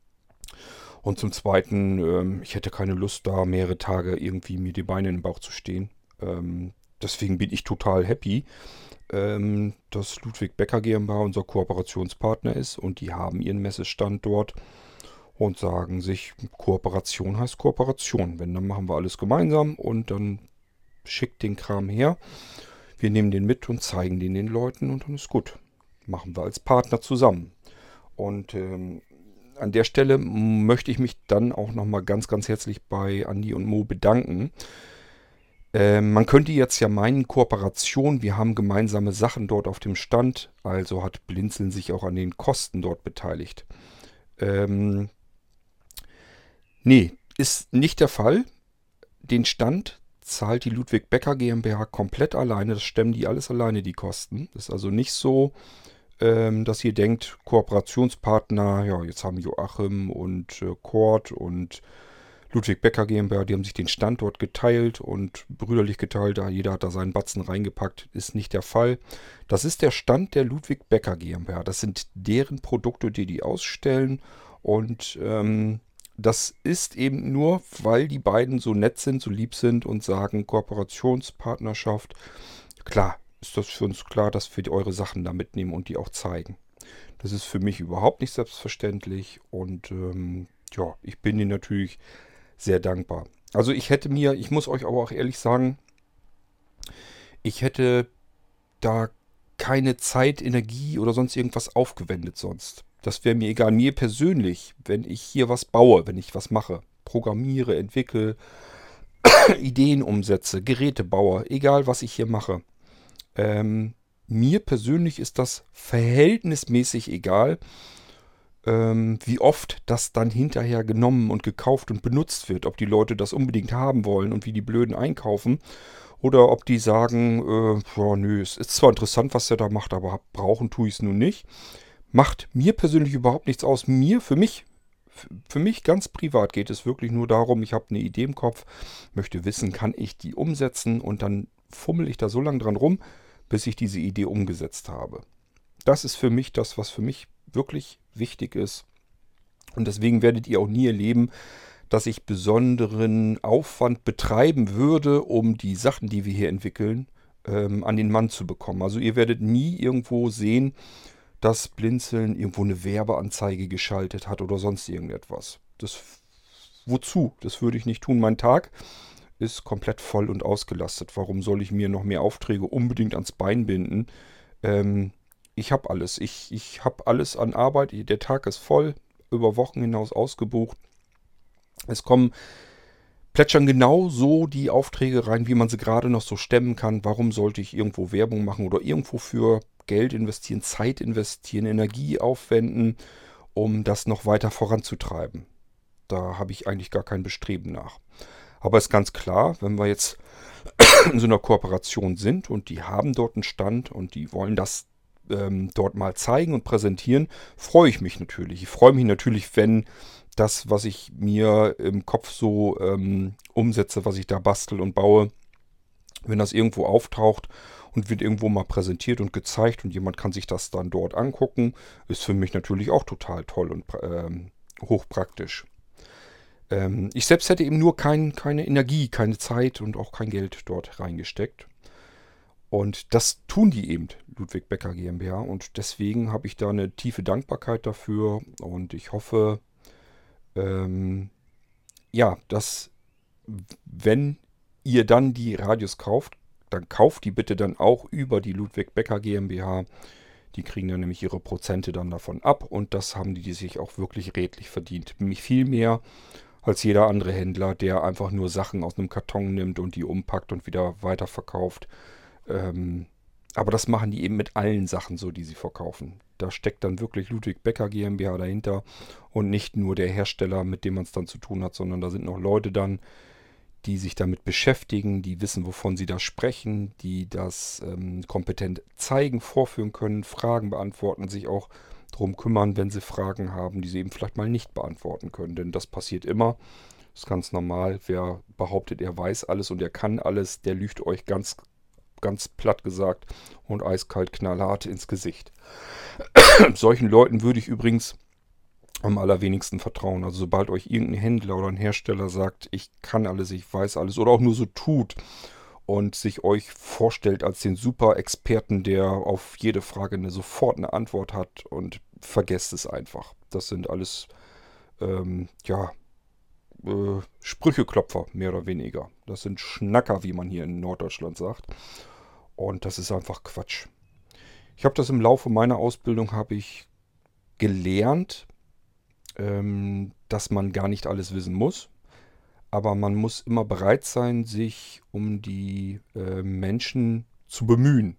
Und zum Zweiten, ähm, ich hätte keine Lust, da mehrere Tage irgendwie mir die Beine in den Bauch zu stehen. Ähm, deswegen bin ich total happy, ähm, dass Ludwig Becker GmbH unser Kooperationspartner ist und die haben ihren Messestand dort und sagen sich, Kooperation heißt Kooperation. Wenn, dann machen wir alles gemeinsam und dann schickt den Kram her. Wir nehmen den mit und zeigen den den Leuten und dann ist gut. Machen wir als Partner zusammen. Und ähm, an der Stelle möchte ich mich dann auch nochmal ganz, ganz herzlich bei Andi und Mo bedanken. Ähm, man könnte jetzt ja meinen, Kooperation, wir haben gemeinsame Sachen dort auf dem Stand, also hat Blinzeln sich auch an den Kosten dort beteiligt. Ähm, nee, ist nicht der Fall. Den Stand zahlt die Ludwig Becker GmbH komplett alleine. Das stemmen die alles alleine, die Kosten. Ist also nicht so, ähm, dass ihr denkt, Kooperationspartner, ja, jetzt haben Joachim und äh, Kurt und Ludwig Becker GmbH, die haben sich den Standort geteilt und brüderlich geteilt, da jeder hat da seinen Batzen reingepackt, ist nicht der Fall. Das ist der Stand der Ludwig Becker GmbH. Das sind deren Produkte, die die ausstellen und ähm, das ist eben nur, weil die beiden so nett sind, so lieb sind und sagen Kooperationspartnerschaft. Klar, ist das für uns klar, dass wir eure Sachen da mitnehmen und die auch zeigen. Das ist für mich überhaupt nicht selbstverständlich und ähm, ja, ich bin Ihnen natürlich sehr dankbar. Also ich hätte mir, ich muss euch aber auch ehrlich sagen, ich hätte da keine Zeit, Energie oder sonst irgendwas aufgewendet sonst. Das wäre mir egal. Mir persönlich, wenn ich hier was baue, wenn ich was mache, programmiere, entwickle, Ideen umsetze, Geräte baue, egal was ich hier mache. Ähm, mir persönlich ist das verhältnismäßig egal, ähm, wie oft das dann hinterher genommen und gekauft und benutzt wird. Ob die Leute das unbedingt haben wollen und wie die Blöden einkaufen. Oder ob die sagen, äh, boah, nö, es ist zwar interessant, was der da macht, aber brauchen tue ich es nun nicht. Macht mir persönlich überhaupt nichts aus. Mir, für mich, f- für mich ganz privat geht es wirklich nur darum, ich habe eine Idee im Kopf, möchte wissen, kann ich die umsetzen und dann fummel ich da so lange dran rum, bis ich diese Idee umgesetzt habe. Das ist für mich das, was für mich wirklich wichtig ist. Und deswegen werdet ihr auch nie erleben, dass ich besonderen Aufwand betreiben würde, um die Sachen, die wir hier entwickeln, ähm, an den Mann zu bekommen. Also ihr werdet nie irgendwo sehen, dass Blinzeln irgendwo eine Werbeanzeige geschaltet hat oder sonst irgendetwas. Das wozu? Das würde ich nicht tun. Mein Tag ist komplett voll und ausgelastet. Warum soll ich mir noch mehr Aufträge unbedingt ans Bein binden? Ähm, ich habe alles. Ich, ich habe alles an Arbeit. Der Tag ist voll, über Wochen hinaus ausgebucht. Es kommen, plätschern genau so die Aufträge rein, wie man sie gerade noch so stemmen kann. Warum sollte ich irgendwo Werbung machen oder irgendwo für Geld investieren, Zeit investieren, Energie aufwenden, um das noch weiter voranzutreiben? Da habe ich eigentlich gar kein Bestreben nach. Aber ist ganz klar, wenn wir jetzt in so einer Kooperation sind und die haben dort einen Stand und die wollen das ähm, dort mal zeigen und präsentieren, freue ich mich natürlich. Ich freue mich natürlich, wenn das, was ich mir im Kopf so ähm, umsetze, was ich da bastel und baue, wenn das irgendwo auftaucht und wird irgendwo mal präsentiert und gezeigt und jemand kann sich das dann dort angucken, ist für mich natürlich auch total toll und ähm, hochpraktisch. Ähm, ich selbst hätte eben nur kein, keine Energie, keine Zeit und auch kein Geld dort reingesteckt. Und das tun die eben, Ludwig Becker GmbH. Und deswegen habe ich da eine tiefe Dankbarkeit dafür. Und ich hoffe, ähm, ja, dass wenn ihr dann die Radios kauft, dann kauft die bitte dann auch über die Ludwig Becker GmbH. Die kriegen dann nämlich ihre Prozente dann davon ab. Und das haben die, die sich auch wirklich redlich verdient. Nämlich viel mehr als jeder andere Händler, der einfach nur Sachen aus einem Karton nimmt und die umpackt und wieder weiterverkauft. Ähm, aber das machen die eben mit allen Sachen so, die sie verkaufen. Da steckt dann wirklich Ludwig Becker GmbH dahinter und nicht nur der Hersteller, mit dem man es dann zu tun hat, sondern da sind noch Leute dann, die sich damit beschäftigen, die wissen, wovon sie da sprechen, die das ähm, kompetent zeigen, vorführen können, Fragen beantworten, sich auch darum kümmern, wenn sie Fragen haben, die sie eben vielleicht mal nicht beantworten können. Denn das passiert immer. Das ist ganz normal. Wer behauptet, er weiß alles und er kann alles, der lügt euch ganz, ganz platt gesagt und eiskalt knallhart ins Gesicht. Solchen Leuten würde ich übrigens am allerwenigsten vertrauen. Also sobald euch irgendein Händler oder ein Hersteller sagt, ich kann alles, ich weiß alles oder auch nur so tut und sich euch vorstellt als den Super-Experten, der auf jede Frage eine, sofort eine Antwort hat und vergesst es einfach. Das sind alles, ähm, ja, äh, Sprücheklopfer, mehr oder weniger. Das sind Schnacker, wie man hier in Norddeutschland sagt. Und das ist einfach Quatsch. Ich habe das im Laufe meiner Ausbildung, habe ich gelernt, ähm, dass man gar nicht alles wissen muss. Aber man muss immer bereit sein, sich um die äh, Menschen zu bemühen.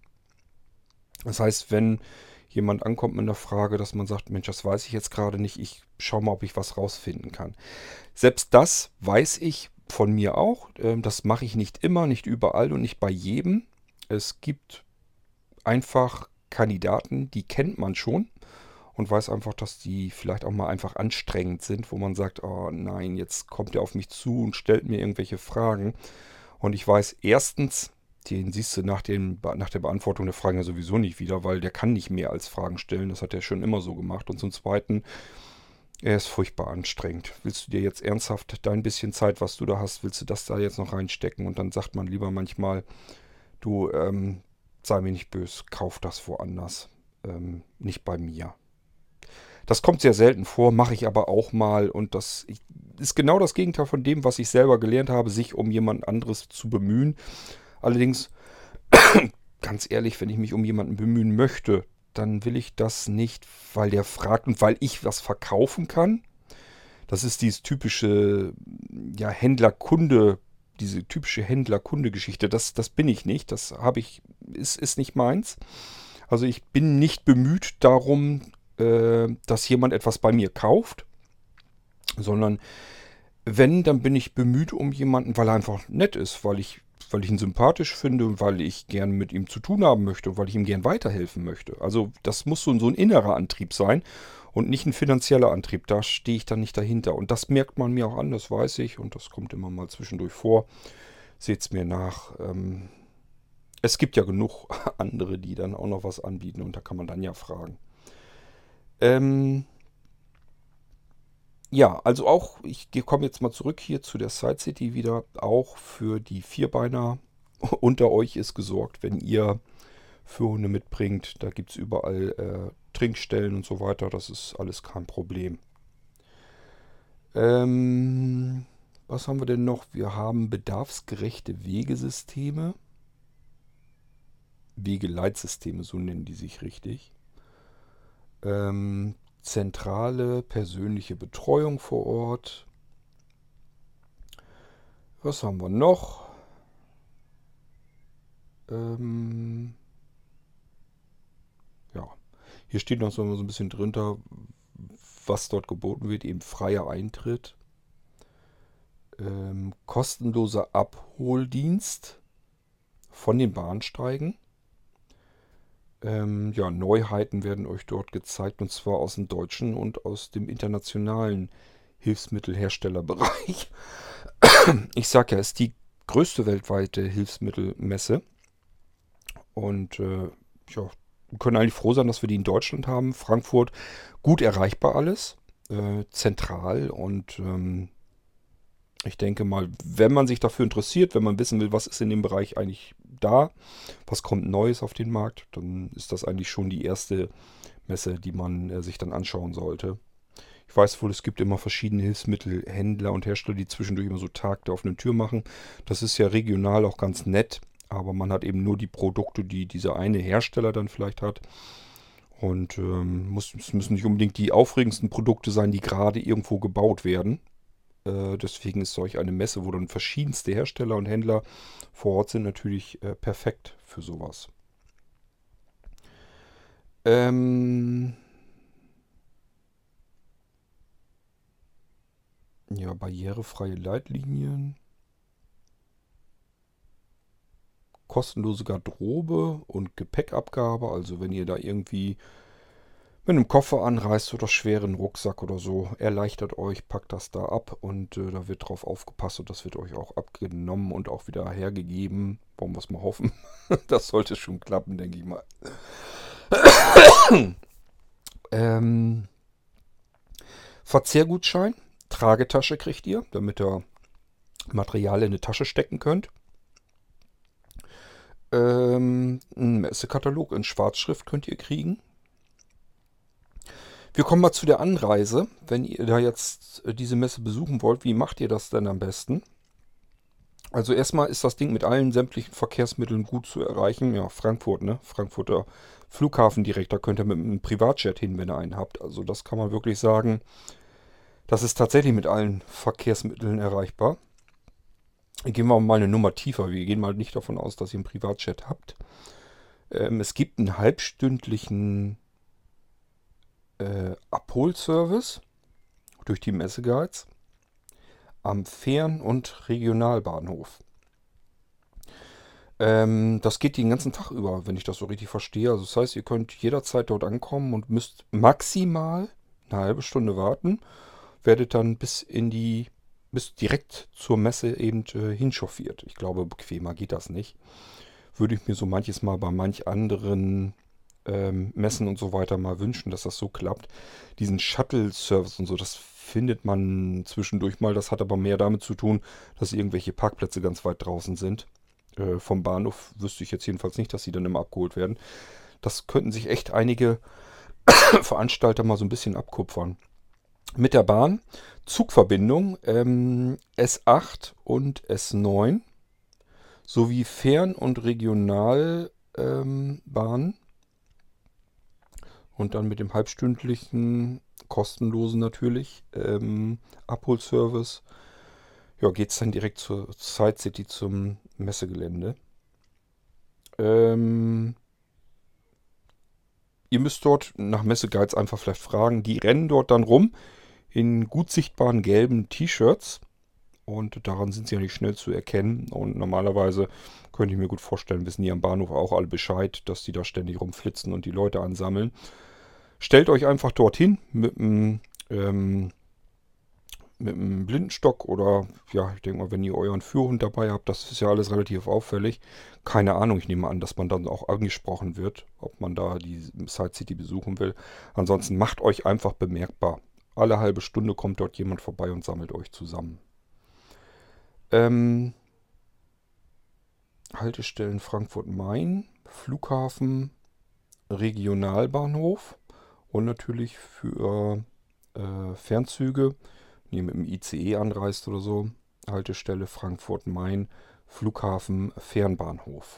Das heißt, wenn jemand ankommt mit einer Frage, dass man sagt, Mensch, das weiß ich jetzt gerade nicht, ich schaue mal, ob ich was rausfinden kann. Selbst das weiß ich von mir auch. Ähm, das mache ich nicht immer, nicht überall und nicht bei jedem. Es gibt einfach Kandidaten, die kennt man schon und weiß einfach, dass die vielleicht auch mal einfach anstrengend sind, wo man sagt, oh nein, jetzt kommt er auf mich zu und stellt mir irgendwelche Fragen. Und ich weiß erstens, den siehst du nach, dem, nach der Beantwortung der Fragen ja sowieso nicht wieder, weil der kann nicht mehr als Fragen stellen. Das hat er schon immer so gemacht. Und zum Zweiten, er ist furchtbar anstrengend. Willst du dir jetzt ernsthaft dein bisschen Zeit, was du da hast, willst du das da jetzt noch reinstecken? Und dann sagt man lieber manchmal, du, ähm, sei mir nicht böse, kauf das woanders. Ähm, nicht bei mir. Das kommt sehr selten vor, mache ich aber auch mal. Und das ist genau das Gegenteil von dem, was ich selber gelernt habe, sich um jemand anderes zu bemühen. Allerdings, ganz ehrlich, wenn ich mich um jemanden bemühen möchte, dann will ich das nicht, weil der fragt und weil ich was verkaufen kann. Das ist dieses typische, ja, Händler-Kunde, diese typische Händler-Kunde-Geschichte. Das, das bin ich nicht. Das habe ich, ist, ist nicht meins. Also ich bin nicht bemüht darum, äh, dass jemand etwas bei mir kauft, sondern wenn, dann bin ich bemüht um jemanden, weil er einfach nett ist, weil ich weil ich ihn sympathisch finde, weil ich gern mit ihm zu tun haben möchte und weil ich ihm gern weiterhelfen möchte. Also das muss so, so ein innerer Antrieb sein und nicht ein finanzieller Antrieb. Da stehe ich dann nicht dahinter. Und das merkt man mir auch an, das weiß ich und das kommt immer mal zwischendurch vor. Seht's mir nach. Ähm, es gibt ja genug andere, die dann auch noch was anbieten und da kann man dann ja fragen. Ähm, ja, also auch, ich komme jetzt mal zurück hier zu der Side City wieder. Auch für die Vierbeiner unter euch ist gesorgt, wenn ihr für Hunde mitbringt. Da gibt es überall äh, Trinkstellen und so weiter. Das ist alles kein Problem. Ähm, was haben wir denn noch? Wir haben bedarfsgerechte Wegesysteme. Wegeleitsysteme, so nennen die sich richtig. Ähm, zentrale persönliche Betreuung vor Ort. Was haben wir noch? Ähm, ja, hier steht noch so so ein bisschen drunter, was dort geboten wird. Eben freier Eintritt. Ähm, kostenloser Abholdienst von den Bahnsteigen. Ähm, ja, Neuheiten werden euch dort gezeigt und zwar aus dem deutschen und aus dem internationalen Hilfsmittelherstellerbereich. Ich sag ja, es ist die größte weltweite Hilfsmittelmesse und äh, ja, wir können eigentlich froh sein, dass wir die in Deutschland haben. Frankfurt, gut erreichbar alles, äh, zentral und ähm, ich denke mal, wenn man sich dafür interessiert, wenn man wissen will, was ist in dem Bereich eigentlich da, was kommt Neues auf den Markt, dann ist das eigentlich schon die erste Messe, die man äh, sich dann anschauen sollte. Ich weiß wohl, es gibt immer verschiedene Hilfsmittelhändler und Hersteller, die zwischendurch immer so Tag der offenen Tür machen. Das ist ja regional auch ganz nett, aber man hat eben nur die Produkte, die dieser eine Hersteller dann vielleicht hat. Und ähm, muss, es müssen nicht unbedingt die aufregendsten Produkte sein, die gerade irgendwo gebaut werden. Äh, deswegen ist solch eine Messe, wo dann verschiedenste Hersteller und Händler vor Ort sind, natürlich äh, perfekt für sowas. Ähm, ja, barrierefreie Leitlinien, kostenlose Garderobe und Gepäckabgabe. Also wenn ihr da irgendwie mit einem Koffer anreist oder schweren Rucksack oder so, erleichtert euch, packt das da ab und äh, da wird drauf aufgepasst und das wird euch auch abgenommen und auch wieder hergegeben. Wollen wir es mal hoffen. Das sollte schon klappen, denke ich mal. Ähm, Verzehrgutschein, Tragetasche kriegt ihr, damit ihr Material in eine Tasche stecken könnt. Ähm, ein Messekatalog in Schwarzschrift könnt ihr kriegen. Wir kommen mal zu der Anreise. Wenn ihr da jetzt äh, diese Messe besuchen wollt, wie macht ihr das denn am besten? Also erstmal ist das Ding mit allen sämtlichen Verkehrsmitteln gut zu erreichen. Ja, Frankfurt, ne? Frankfurter Flughafen direkt, da könnt ihr mit einem Privatjet hin, wenn ihr einen habt. Also das kann man wirklich sagen, das ist tatsächlich mit allen Verkehrsmitteln erreichbar. Gehen wir mal eine Nummer tiefer. Wir gehen mal nicht davon aus, dass ihr einen Privatjet habt. Ähm, es gibt einen halbstündlichen äh, Abholservice durch die Messeguides am Fern- und Regionalbahnhof. Ähm, das geht den ganzen Tag über, wenn ich das so richtig verstehe. Also das heißt, ihr könnt jederzeit dort ankommen und müsst maximal eine halbe Stunde warten, werdet dann bis in die, bis direkt zur Messe eben äh, hinchauffiert. Ich glaube, bequemer geht das nicht. Würde ich mir so manches Mal bei manch anderen ähm, Messen und so weiter mal wünschen, dass das so klappt. Diesen Shuttle-Service und so, das findet man zwischendurch mal. Das hat aber mehr damit zu tun, dass irgendwelche Parkplätze ganz weit draußen sind. Äh, vom Bahnhof wüsste ich jetzt jedenfalls nicht, dass sie dann immer abgeholt werden. Das könnten sich echt einige Veranstalter mal so ein bisschen abkupfern. Mit der Bahn, Zugverbindung ähm, S acht und S neun sowie Fern- und Regionalbahnen ähm, und dann mit dem halbstündlichen, kostenlosen natürlich, ähm, Abholservice, ja, geht es dann direkt zur Side City zum Messegelände. Ähm, ihr müsst dort nach Messeguides einfach vielleicht fragen. Die rennen dort dann rum in gut sichtbaren gelben T-Shirts Und daran sind sie ja nicht schnell zu erkennen. Und normalerweise könnte ich mir gut vorstellen, wissen die am Bahnhof auch alle Bescheid, dass die da ständig rumflitzen und die Leute ansammeln. Stellt euch einfach dorthin mit einem, ähm, mit einem Blindenstock oder, ja, ich denke mal, wenn ihr euren Führhund dabei habt, das ist ja alles relativ auffällig. Keine Ahnung, ich nehme an, dass man dann auch angesprochen wird, ob man da die Side City besuchen will. Ansonsten macht euch einfach bemerkbar. Alle halbe Stunde kommt dort jemand vorbei und sammelt euch zusammen. Ähm, Haltestellen Frankfurt-Main, Flughafen, Regionalbahnhof und natürlich für äh, Fernzüge, wenn ihr mit dem I C E anreist oder so, Haltestelle Frankfurt-Main, Flughafen, Fernbahnhof.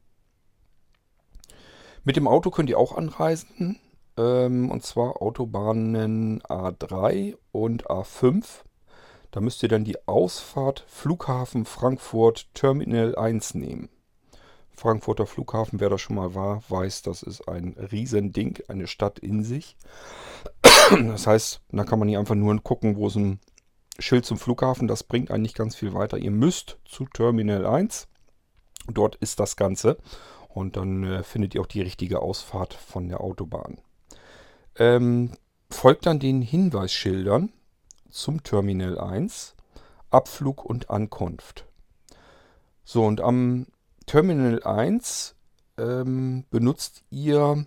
Mit dem Auto könnt ihr auch anreisen, ähm, und zwar Autobahnen A drei und A fünf. Da müsst ihr dann die Ausfahrt Flughafen Frankfurt Terminal eins nehmen. Frankfurter Flughafen, wer da schon mal war, weiß, das ist ein Riesending, eine Stadt in sich. Das heißt, da kann man nicht einfach nur gucken, wo ist ein Schild zum Flughafen, das bringt einen nicht ganz viel weiter. Ihr müsst zu Terminal eins, dort ist das Ganze und dann äh, findet ihr auch die richtige Ausfahrt von der Autobahn. Ähm, folgt dann den Hinweisschildern zum Terminal eins, Abflug und Ankunft. So, und am Terminal eins ähm, benutzt ihr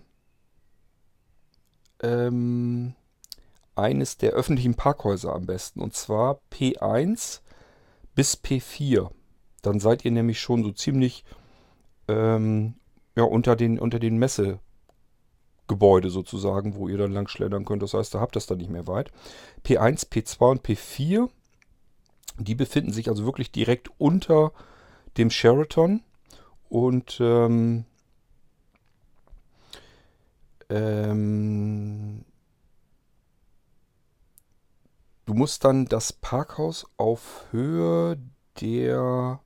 ähm, eines der öffentlichen Parkhäuser am besten, und zwar P eins bis P vier. Dann seid ihr nämlich schon so ziemlich ähm, ja, unter den, unter den Messegebäude sozusagen, wo ihr dann lang schlendern könnt. Das heißt, da habt ihr es dann nicht mehr weit. P eins, P zwei und P vier, die befinden sich also wirklich direkt unter dem Sheraton. Und ähm, ähm, du musst dann das Parkhaus auf Höhe der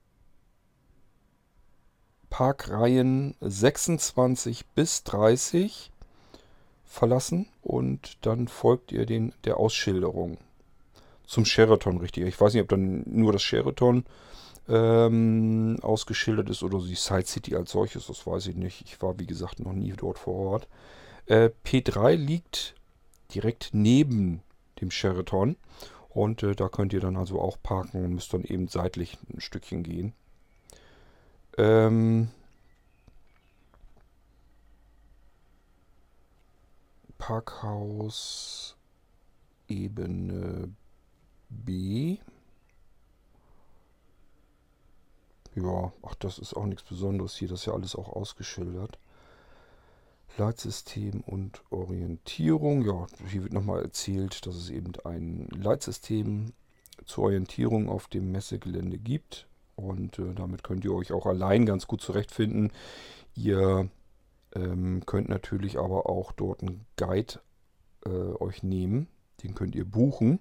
Parkreihen sechsundzwanzig bis dreißig verlassen und dann folgt ihr den, der Ausschilderung zum Sheraton, richtig. Ich weiß nicht, ob dann nur das Sheraton ähm, ausgeschildert ist oder die Side City als solches, das weiß ich nicht. Ich war, wie gesagt, noch nie dort vor Ort. Äh, P drei liegt direkt neben dem Sheraton und äh, da könnt ihr dann also auch parken und müsst dann eben seitlich ein Stückchen gehen. Ähm, Parkhaus Ebene B. Ja, ach, das ist auch nichts Besonderes hier. Das ist ja alles auch ausgeschildert. Leitsystem und Orientierung. Ja, hier wird nochmal erzählt, dass es eben ein Leitsystem zur Orientierung auf dem Messegelände gibt. Und äh, damit könnt ihr euch auch allein ganz gut zurechtfinden. Ihr ähm, könnt natürlich aber auch dort einen Guide äh, euch nehmen. Den könnt ihr buchen.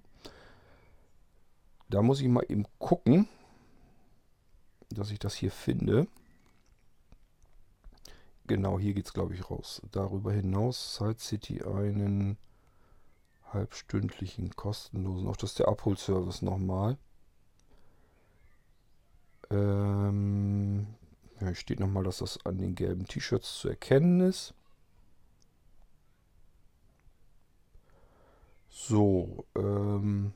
Da muss ich mal eben gucken, dass ich das hier finde. Genau, hier geht es, glaube ich, raus. Darüber hinaus Side City einen halbstündlichen kostenlosen. Auch das ist der Abholservice nochmal. Ähm, ja, hier steht nochmal, dass das an den gelben T-Shirts zu erkennen ist. So, ähm,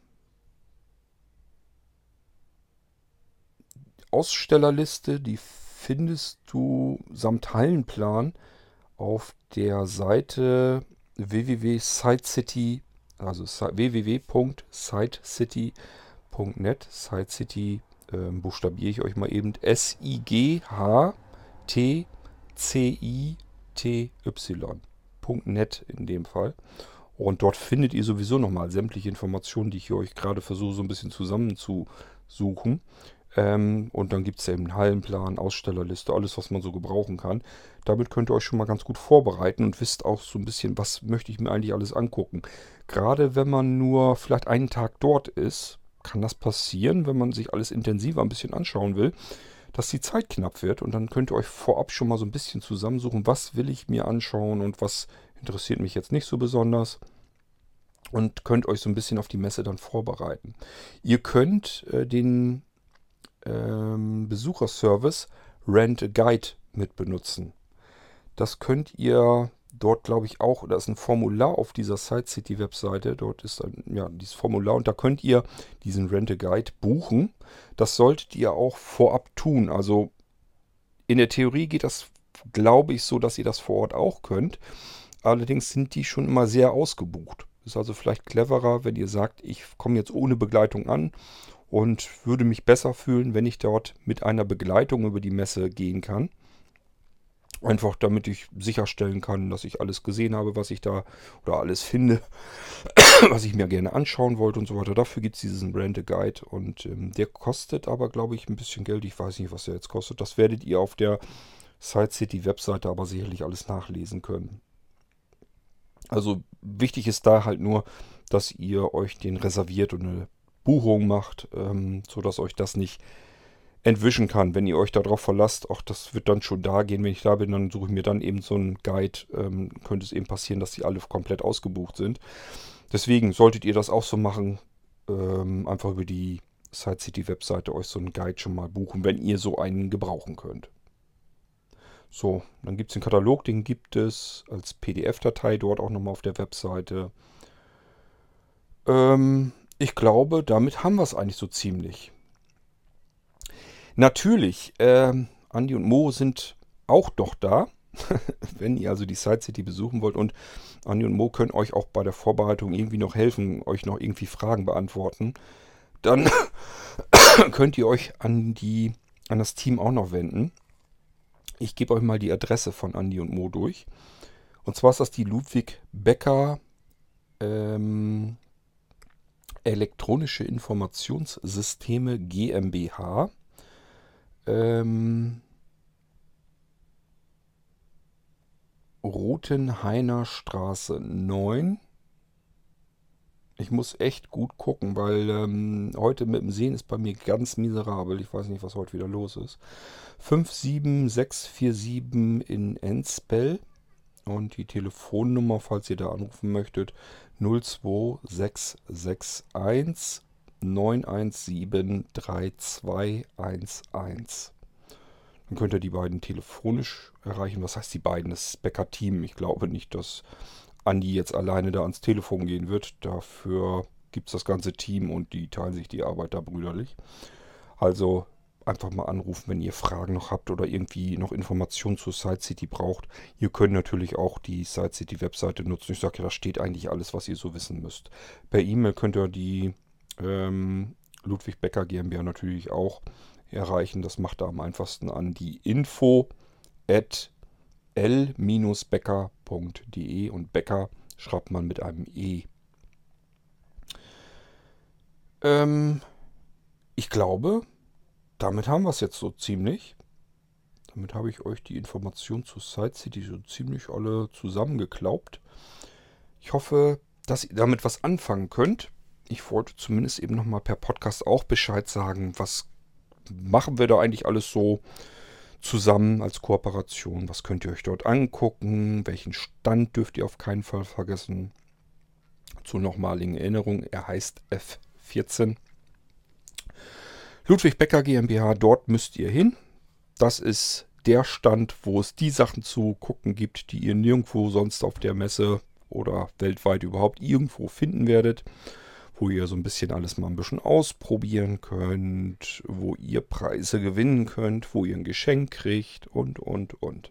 Ausstellerliste, die findest du samt Hallenplan auf der Seite w w w punkt sidecity, also w w w punkt sidecity punkt net. Sidecity ähm, buchstabiere ich euch mal eben. S I G H T C I T Y. .net in dem Fall. Und dort findet ihr sowieso nochmal sämtliche Informationen, die ich hier euch gerade versuche so ein bisschen zusammenzusuchen. Ähm, und dann gibt es ja eben einen Hallenplan, Ausstellerliste, alles, was man so gebrauchen kann. Damit könnt ihr euch schon mal ganz gut vorbereiten und wisst auch so ein bisschen, was möchte ich mir eigentlich alles angucken. Gerade wenn man nur vielleicht einen Tag dort ist, kann das passieren, wenn man sich alles intensiver ein bisschen anschauen will, dass die Zeit knapp wird. Und dann könnt ihr euch vorab schon mal so ein bisschen zusammensuchen, was will ich mir anschauen und was interessiert mich jetzt nicht so besonders. und könnt euch so ein bisschen auf die Messe dann vorbereiten. Ihr könnt äh, den ähm, Besucherservice Rent a Guide mit benutzen. Das könnt ihr dort, glaube ich, auch, da ist ein Formular auf dieser Side City Webseite. Dort ist ein, ja, dieses Formular und da könnt ihr diesen Rent a Guide buchen. Das solltet ihr auch vorab tun. Also in der Theorie geht das, glaube ich, so, dass ihr das vor Ort auch könnt. Allerdings sind die schon immer sehr ausgebucht. Ist also vielleicht cleverer, wenn ihr sagt, ich komme jetzt ohne Begleitung an und würde mich besser fühlen, wenn ich dort mit einer Begleitung über die Messe gehen kann. Einfach damit ich sicherstellen kann, dass ich alles gesehen habe, was ich da oder alles finde, was ich mir gerne anschauen wollte und so weiter. Dafür gibt es diesen Rent a Guide und ähm, der kostet aber, glaube ich, ein bisschen Geld. Ich weiß nicht, was der jetzt kostet. Das werdet ihr auf der Side City Webseite aber sicherlich alles nachlesen können. Also wichtig ist da halt nur, dass ihr euch den reserviert und eine Buchung macht, ähm, sodass euch das nicht entwischen kann. Wenn ihr euch darauf verlasst, auch das wird dann schon da gehen, wenn ich da bin, dann suche ich mir dann eben so einen Guide. Ähm, könnte es eben passieren, dass die alle komplett ausgebucht sind. Deswegen solltet ihr das auch so machen, ähm, einfach über die Side City Webseite euch so einen Guide schon mal buchen, wenn ihr so einen gebrauchen könnt. So, dann gibt es den Katalog, den gibt es als P D F-Datei dort auch nochmal auf der Webseite. Ähm, ich glaube, damit haben wir es eigentlich so ziemlich. Natürlich, ähm, Andi und Mo sind auch noch da, wenn ihr also die Side City besuchen wollt. Und Andi und Mo können euch auch bei der Vorbereitung irgendwie noch helfen, euch noch irgendwie Fragen beantworten. Dann könnt ihr euch an die, an das Team auch noch wenden. Ich gebe euch mal die Adresse von Andi und Mo durch. Und zwar ist das die Ludwig Becker ähm, Elektronische Informationssysteme GmbH. Ähm, Rotenhainer Straße neun. Ich muss echt gut gucken, weil ähm, heute mit dem Sehen ist bei mir ganz miserabel. Ich weiß nicht, was heute wieder los ist. fünf sieben sechs vier sieben in Enzbell. Und die Telefonnummer, falls ihr da anrufen möchtet, null zwei sechs sechs eins neun eins sieben drei zwei eins eins. Dann könnt ihr die beiden telefonisch erreichen. Was heißt die beiden? Das Becker-Team. Ich glaube nicht, dass Andi jetzt alleine da ans Telefon gehen wird. Dafür gibt es das ganze Team und die teilen sich die Arbeit da brüderlich. Also einfach mal anrufen, wenn ihr Fragen noch habt oder irgendwie noch Informationen zur Side City braucht. Ihr könnt natürlich auch die Side City Webseite nutzen. Ich sage ja, da steht eigentlich alles, was ihr so wissen müsst. Per E-Mail könnt ihr die ähm, Ludwig Becker GmbH natürlich auch erreichen. Das macht er am einfachsten an die info at l becker punkt de und Becker schreibt man mit einem E. Ähm, ich glaube, damit haben wir es jetzt so ziemlich. Damit habe ich euch die Informationen zu Side City so ziemlich alle zusammengeklaubt. Ich hoffe, dass ihr damit was anfangen könnt. Ich wollte zumindest eben nochmal per Podcast auch Bescheid sagen, was machen wir da eigentlich alles so zusammen als Kooperation. Was könnt ihr euch dort angucken? Welchen Stand dürft ihr auf keinen Fall vergessen? Zur nochmaligen Erinnerung, er heißt F vierzehn. Ludwig Becker GmbH, dort müsst ihr hin. Das ist der Stand, wo es die Sachen zu gucken gibt, die ihr nirgendwo sonst auf der Messe oder weltweit überhaupt irgendwo finden werdet. Wo ihr so ein bisschen alles mal ein bisschen ausprobieren könnt, wo ihr Preise gewinnen könnt, wo ihr ein Geschenk kriegt und, und, und.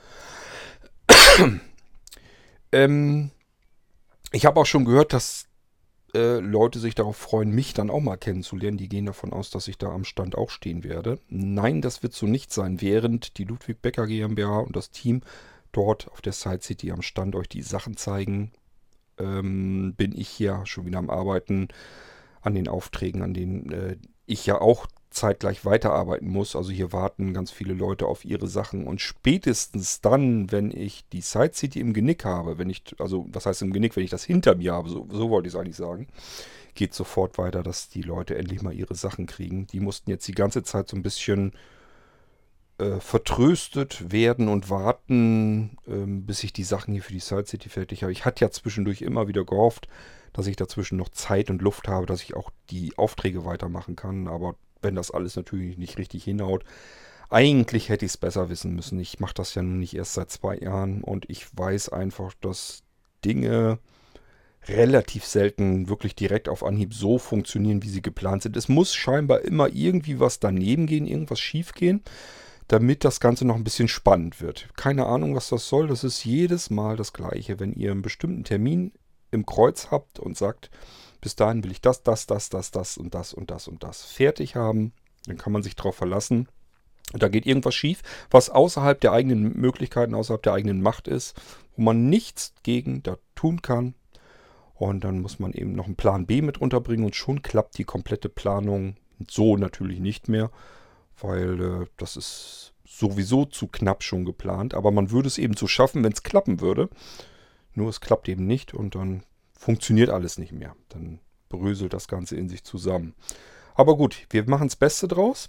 ähm, ich habe auch schon gehört, dass äh, Leute sich darauf freuen, mich dann auch mal kennenzulernen. Die gehen davon aus, dass ich da am Stand auch stehen werde. Nein, das wird so nicht sein. Während die Ludwig Becker GmbH und das Team dort auf der Side City am Stand euch die Sachen zeigen, ähm, bin ich hier schon wieder am Arbeiten an den Aufträgen, an denen äh, ich ja auch zeitgleich weiterarbeiten muss. Also hier warten ganz viele Leute auf ihre Sachen und spätestens dann, wenn ich die Side City im Genick habe, wenn ich, also was heißt im Genick, wenn ich das hinter mir habe, so, so wollte ich es eigentlich sagen, geht sofort weiter, dass die Leute endlich mal ihre Sachen kriegen. Die mussten jetzt die ganze Zeit so ein bisschen äh, vertröstet werden und warten, ähm, bis ich die Sachen hier für die Side City fertig habe. Ich hatte ja zwischendurch immer wieder gehofft, dass ich dazwischen noch Zeit und Luft habe, dass ich auch die Aufträge weitermachen kann. Aber wenn das alles natürlich nicht richtig hinhaut, eigentlich hätte ich es besser wissen müssen. Ich mache das ja nun nicht erst seit zwei Jahren und ich weiß einfach, dass Dinge relativ selten wirklich direkt auf Anhieb so funktionieren, wie sie geplant sind. Es muss scheinbar immer irgendwie was daneben gehen, irgendwas schief gehen, damit das Ganze noch ein bisschen spannend wird. Keine Ahnung, was das soll. Das ist jedes Mal das Gleiche. Wenn ihr einen bestimmten Termin im Kreuz habt und sagt, bis dahin will ich das, das, das, das, das und das und das und das fertig haben, dann kann man sich darauf verlassen. Und da geht irgendwas schief, was außerhalb der eigenen Möglichkeiten, außerhalb der eigenen Macht ist, wo man nichts gegen da tun kann. Und dann muss man eben noch einen Plan B mit unterbringen und schon klappt die komplette Planung so natürlich nicht mehr, weil äh, das ist sowieso zu knapp schon geplant. Aber man würde es eben so schaffen, wenn es klappen würde. Nur es klappt eben nicht und dann funktioniert alles nicht mehr. Dann bröselt das Ganze in sich zusammen. Aber gut, wir machen das Beste draus.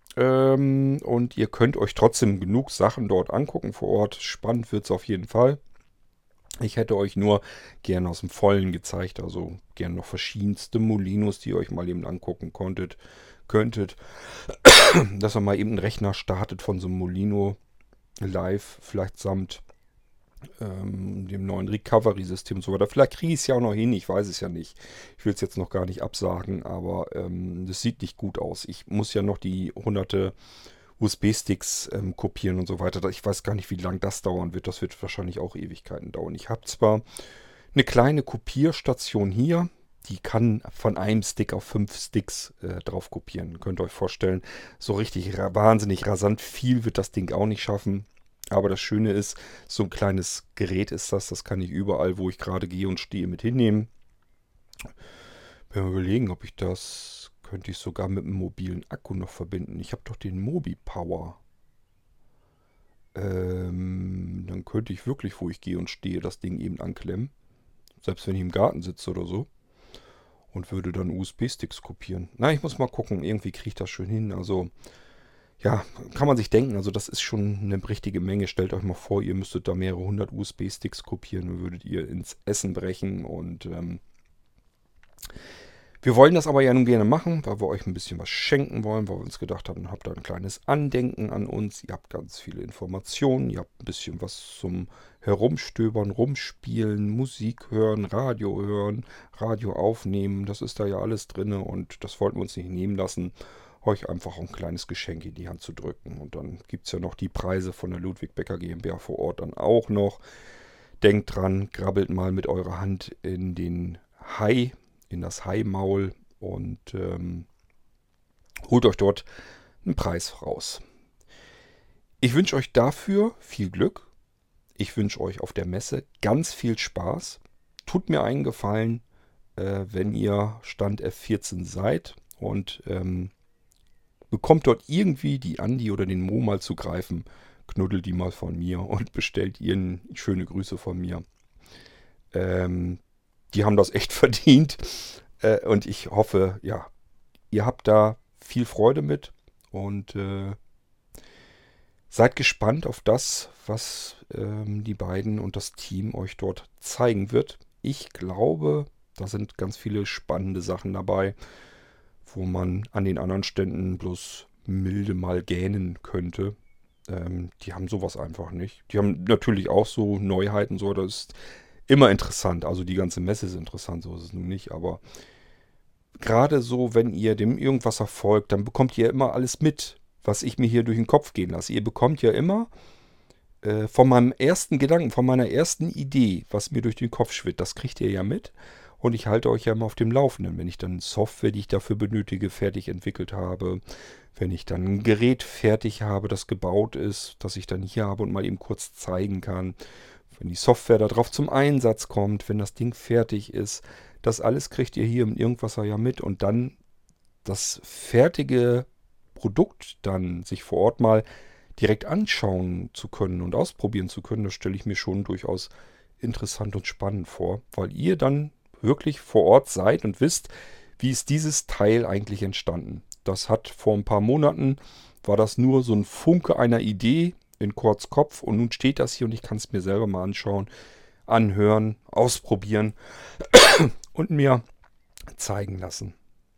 Ähm, und ihr könnt euch trotzdem genug Sachen dort angucken vor Ort. Spannend wird es auf jeden Fall. Ich hätte euch nur gern aus dem Vollen gezeigt, also gern noch verschiedenste Molinos, die ihr euch mal eben angucken konntet, könntet. Dass ihr mal eben einen Rechner startet von so einem Molino live, vielleicht samt ähm, dem neuen Recovery-System und so weiter. Vielleicht kriege ich es ja auch noch hin, ich weiß es ja nicht. Ich will es jetzt noch gar nicht absagen, aber ähm, das sieht nicht gut aus. Ich muss ja noch die hunderte U S B-Sticks ähm, kopieren und so weiter. Ich weiß gar nicht, wie lange das dauern wird. Das wird wahrscheinlich auch Ewigkeiten dauern. Ich habe zwar eine kleine Kopierstation hier, die kann von einem Stick auf fünf Sticks äh, drauf kopieren. Könnt ihr euch vorstellen, so richtig ra wahnsinnig rasant viel wird das Ding auch nicht schaffen. Aber das Schöne ist, so ein kleines Gerät ist das. Das kann ich überall, wo ich gerade gehe und stehe, mit hinnehmen. Bin mal überlegen, ob ich das... Könnte ich sogar mit einem mobilen Akku noch verbinden. Ich habe doch den Mobi-Power. Ähm, dann könnte ich wirklich, wo ich gehe und stehe, das Ding eben anklemmen. Selbst wenn ich im Garten sitze oder so. Und würde dann U S B-Sticks kopieren. Na, ich muss mal gucken. Irgendwie kriege ich das schön hin. Also, ja, kann man sich denken. Also, das ist schon eine richtige Menge. Stellt euch mal vor, ihr müsstet da mehrere hundert U S B-Sticks kopieren. Dann würdet ihr ins Essen brechen und... Ähm, Wir wollen das aber ja nun gerne machen, weil wir euch ein bisschen was schenken wollen, weil wir uns gedacht haben, habt ihr ein kleines Andenken an uns. Ihr habt ganz viele Informationen, ihr habt ein bisschen was zum Herumstöbern, Rumspielen, Musik hören, Radio hören, Radio aufnehmen. Das ist da ja alles drin und das wollten wir uns nicht nehmen lassen, euch einfach ein kleines Geschenk in die Hand zu drücken. Und dann gibt es ja noch die Preise von der Ludwig Becker GmbH vor Ort dann auch noch. Denkt dran, grabbelt mal mit eurer Hand in den Hai. in das Haimaul und ähm, holt euch dort einen Preis raus. Ich wünsche euch dafür viel Glück. Ich wünsche euch auf der Messe ganz viel Spaß. Tut mir einen Gefallen, äh, wenn ihr Stand F vierzehn seid und ähm, bekommt dort irgendwie die Andi oder den Mo mal zu greifen. Knuddelt die mal von mir und bestellt ihnen schöne Grüße von mir. Ähm, Die haben das echt verdient. Äh, und ich hoffe, ja, ihr habt da viel Freude mit und äh, seid gespannt auf das, was ähm, die beiden und das Team euch dort zeigen wird. Ich glaube, da sind ganz viele spannende Sachen dabei, wo man an den anderen Ständen bloß milde mal gähnen könnte. Ähm, die haben sowas einfach nicht. Die haben natürlich auch so Neuheiten, so, das ist immer interessant, also die ganze Messe ist interessant, so ist es nun nicht, aber gerade so, wenn ihr dem irgendwas erfolgt, dann bekommt ihr immer alles mit, was ich mir hier durch den Kopf gehen lasse. Ihr bekommt ja immer äh, von meinem ersten Gedanken, von meiner ersten Idee, was mir durch den Kopf schwirrt, das kriegt ihr ja mit und ich halte euch ja immer auf dem Laufenden, wenn ich dann Software, die ich dafür benötige, fertig entwickelt habe, wenn ich dann ein Gerät fertig habe, das gebaut ist, das ich dann hier habe und mal eben kurz zeigen kann. Wenn die Software darauf zum Einsatz kommt, wenn das Ding fertig ist, das alles kriegt ihr hier im Irgendwasser ja mit und dann das fertige Produkt dann sich vor Ort mal direkt anschauen zu können und ausprobieren zu können, das stelle ich mir schon durchaus interessant und spannend vor, weil ihr dann wirklich vor Ort seid und wisst, wie ist dieses Teil eigentlich entstanden. Das hat vor ein paar Monaten war das nur so ein Funke einer Idee in Kurts Kopf und nun steht das hier und ich kann es mir selber mal anschauen, anhören, ausprobieren und mir zeigen lassen.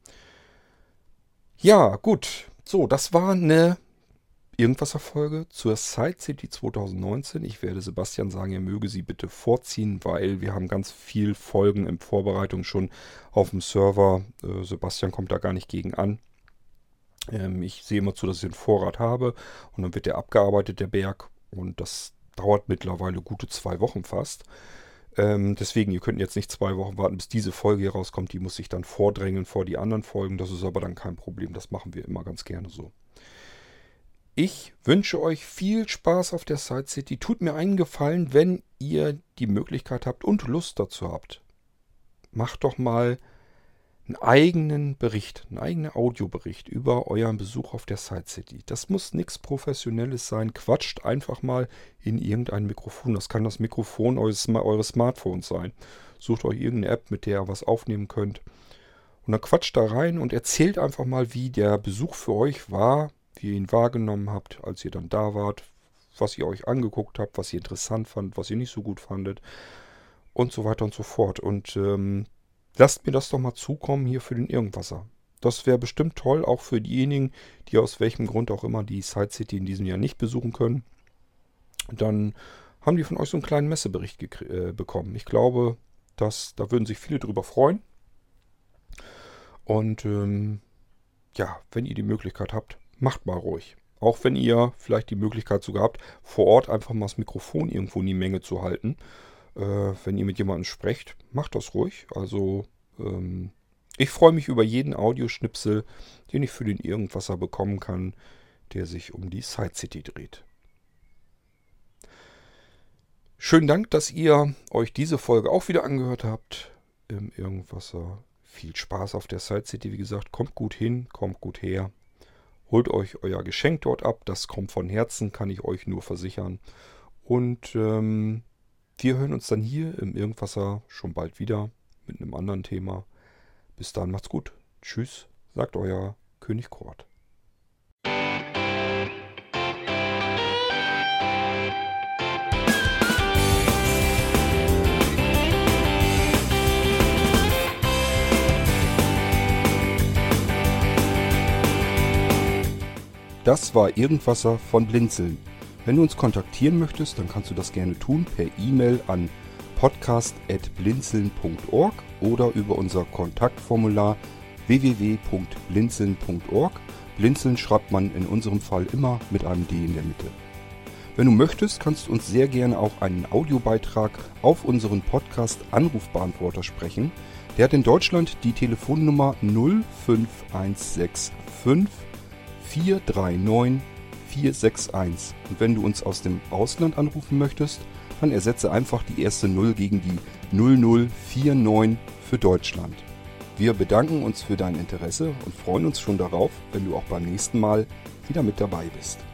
Ja, gut. So, das war eine Irgendwas-Folge zur Side City zwanzig neunzehn. Ich werde Sebastian sagen, er möge sie bitte vorziehen, weil wir haben ganz viel Folgen in Vorbereitung schon auf dem Server. Äh, Sebastian kommt da gar nicht gegen an. Ähm, ich sehe immer zu, dass ich den Vorrat habe und dann wird der abgearbeitet, der Berg. Und das dauert mittlerweile gute zwei Wochen fast. Ähm, deswegen, ihr könnt jetzt nicht zwei Wochen warten, bis diese Folge hier rauskommt. Die muss sich dann vordrängeln vor die anderen Folgen. Das ist aber dann kein Problem. Das machen wir immer ganz gerne so. Ich wünsche euch viel Spaß auf der Side City. Tut mir einen Gefallen, wenn ihr die Möglichkeit habt und Lust dazu habt. Macht doch mal einen eigenen Bericht, einen eigenen Audiobericht über euren Besuch auf der Side City. Das muss nichts Professionelles sein. Quatscht einfach mal in irgendein Mikrofon. Das kann das Mikrofon eures, eures Smartphones sein. Sucht euch irgendeine App, mit der ihr was aufnehmen könnt. Und dann quatscht da rein und erzählt einfach mal, wie der Besuch für euch war, wie ihr ihn wahrgenommen habt, als ihr dann da wart, was ihr euch angeguckt habt, was ihr interessant fandet, was ihr nicht so gut fandet und so weiter und so fort. Und ähm, lasst mir das doch mal zukommen hier für den Irgendwasser. Das wäre bestimmt toll, auch für diejenigen, die aus welchem Grund auch immer die Side City in diesem Jahr nicht besuchen können. Dann haben die von euch so einen kleinen Messebericht äh, bekommen. Ich glaube, dass, da würden sich viele drüber freuen. Und ähm, ja, wenn ihr die Möglichkeit habt, macht mal ruhig. Auch wenn ihr vielleicht die Möglichkeit sogar habt, vor Ort einfach mal das Mikrofon irgendwo in die Menge zu halten. Äh, wenn ihr mit jemandem sprecht, macht das ruhig. Also ähm, ich freue mich über jeden Audioschnipsel, den ich für den Irgendwasser bekommen kann, der sich um die Side City dreht. Schönen Dank, dass ihr euch diese Folge auch wieder angehört habt im Irgendwasser. Viel Spaß auf der Side City, wie gesagt. Kommt gut hin, kommt gut her. Holt euch euer Geschenk dort ab. Das kommt von Herzen, kann ich euch nur versichern. Und ähm, wir hören uns dann hier im Irgendwasser schon bald wieder mit einem anderen Thema. Bis dann, macht's gut. Tschüss, sagt euer König Kurt. Das war Irgendwasser von Blinzeln. Wenn du uns kontaktieren möchtest, dann kannst du das gerne tun per E-Mail an podcast at blinzeln punkt org oder über unser Kontaktformular w w w punkt blinzeln punkt org. Blinzeln schreibt man in unserem Fall immer mit einem D in der Mitte. Wenn du möchtest, kannst du uns sehr gerne auch einen Audiobeitrag auf unseren Podcast-Anrufbeantworter sprechen. Der hat in Deutschland die Telefonnummer null fünf eins sechs fünf vier drei neun vier sechs eins. Und wenn du uns aus dem Ausland anrufen möchtest, dann ersetze einfach die erste null gegen die null null vier neun für Deutschland. Wir bedanken uns für dein Interesse und freuen uns schon darauf, wenn du auch beim nächsten Mal wieder mit dabei bist.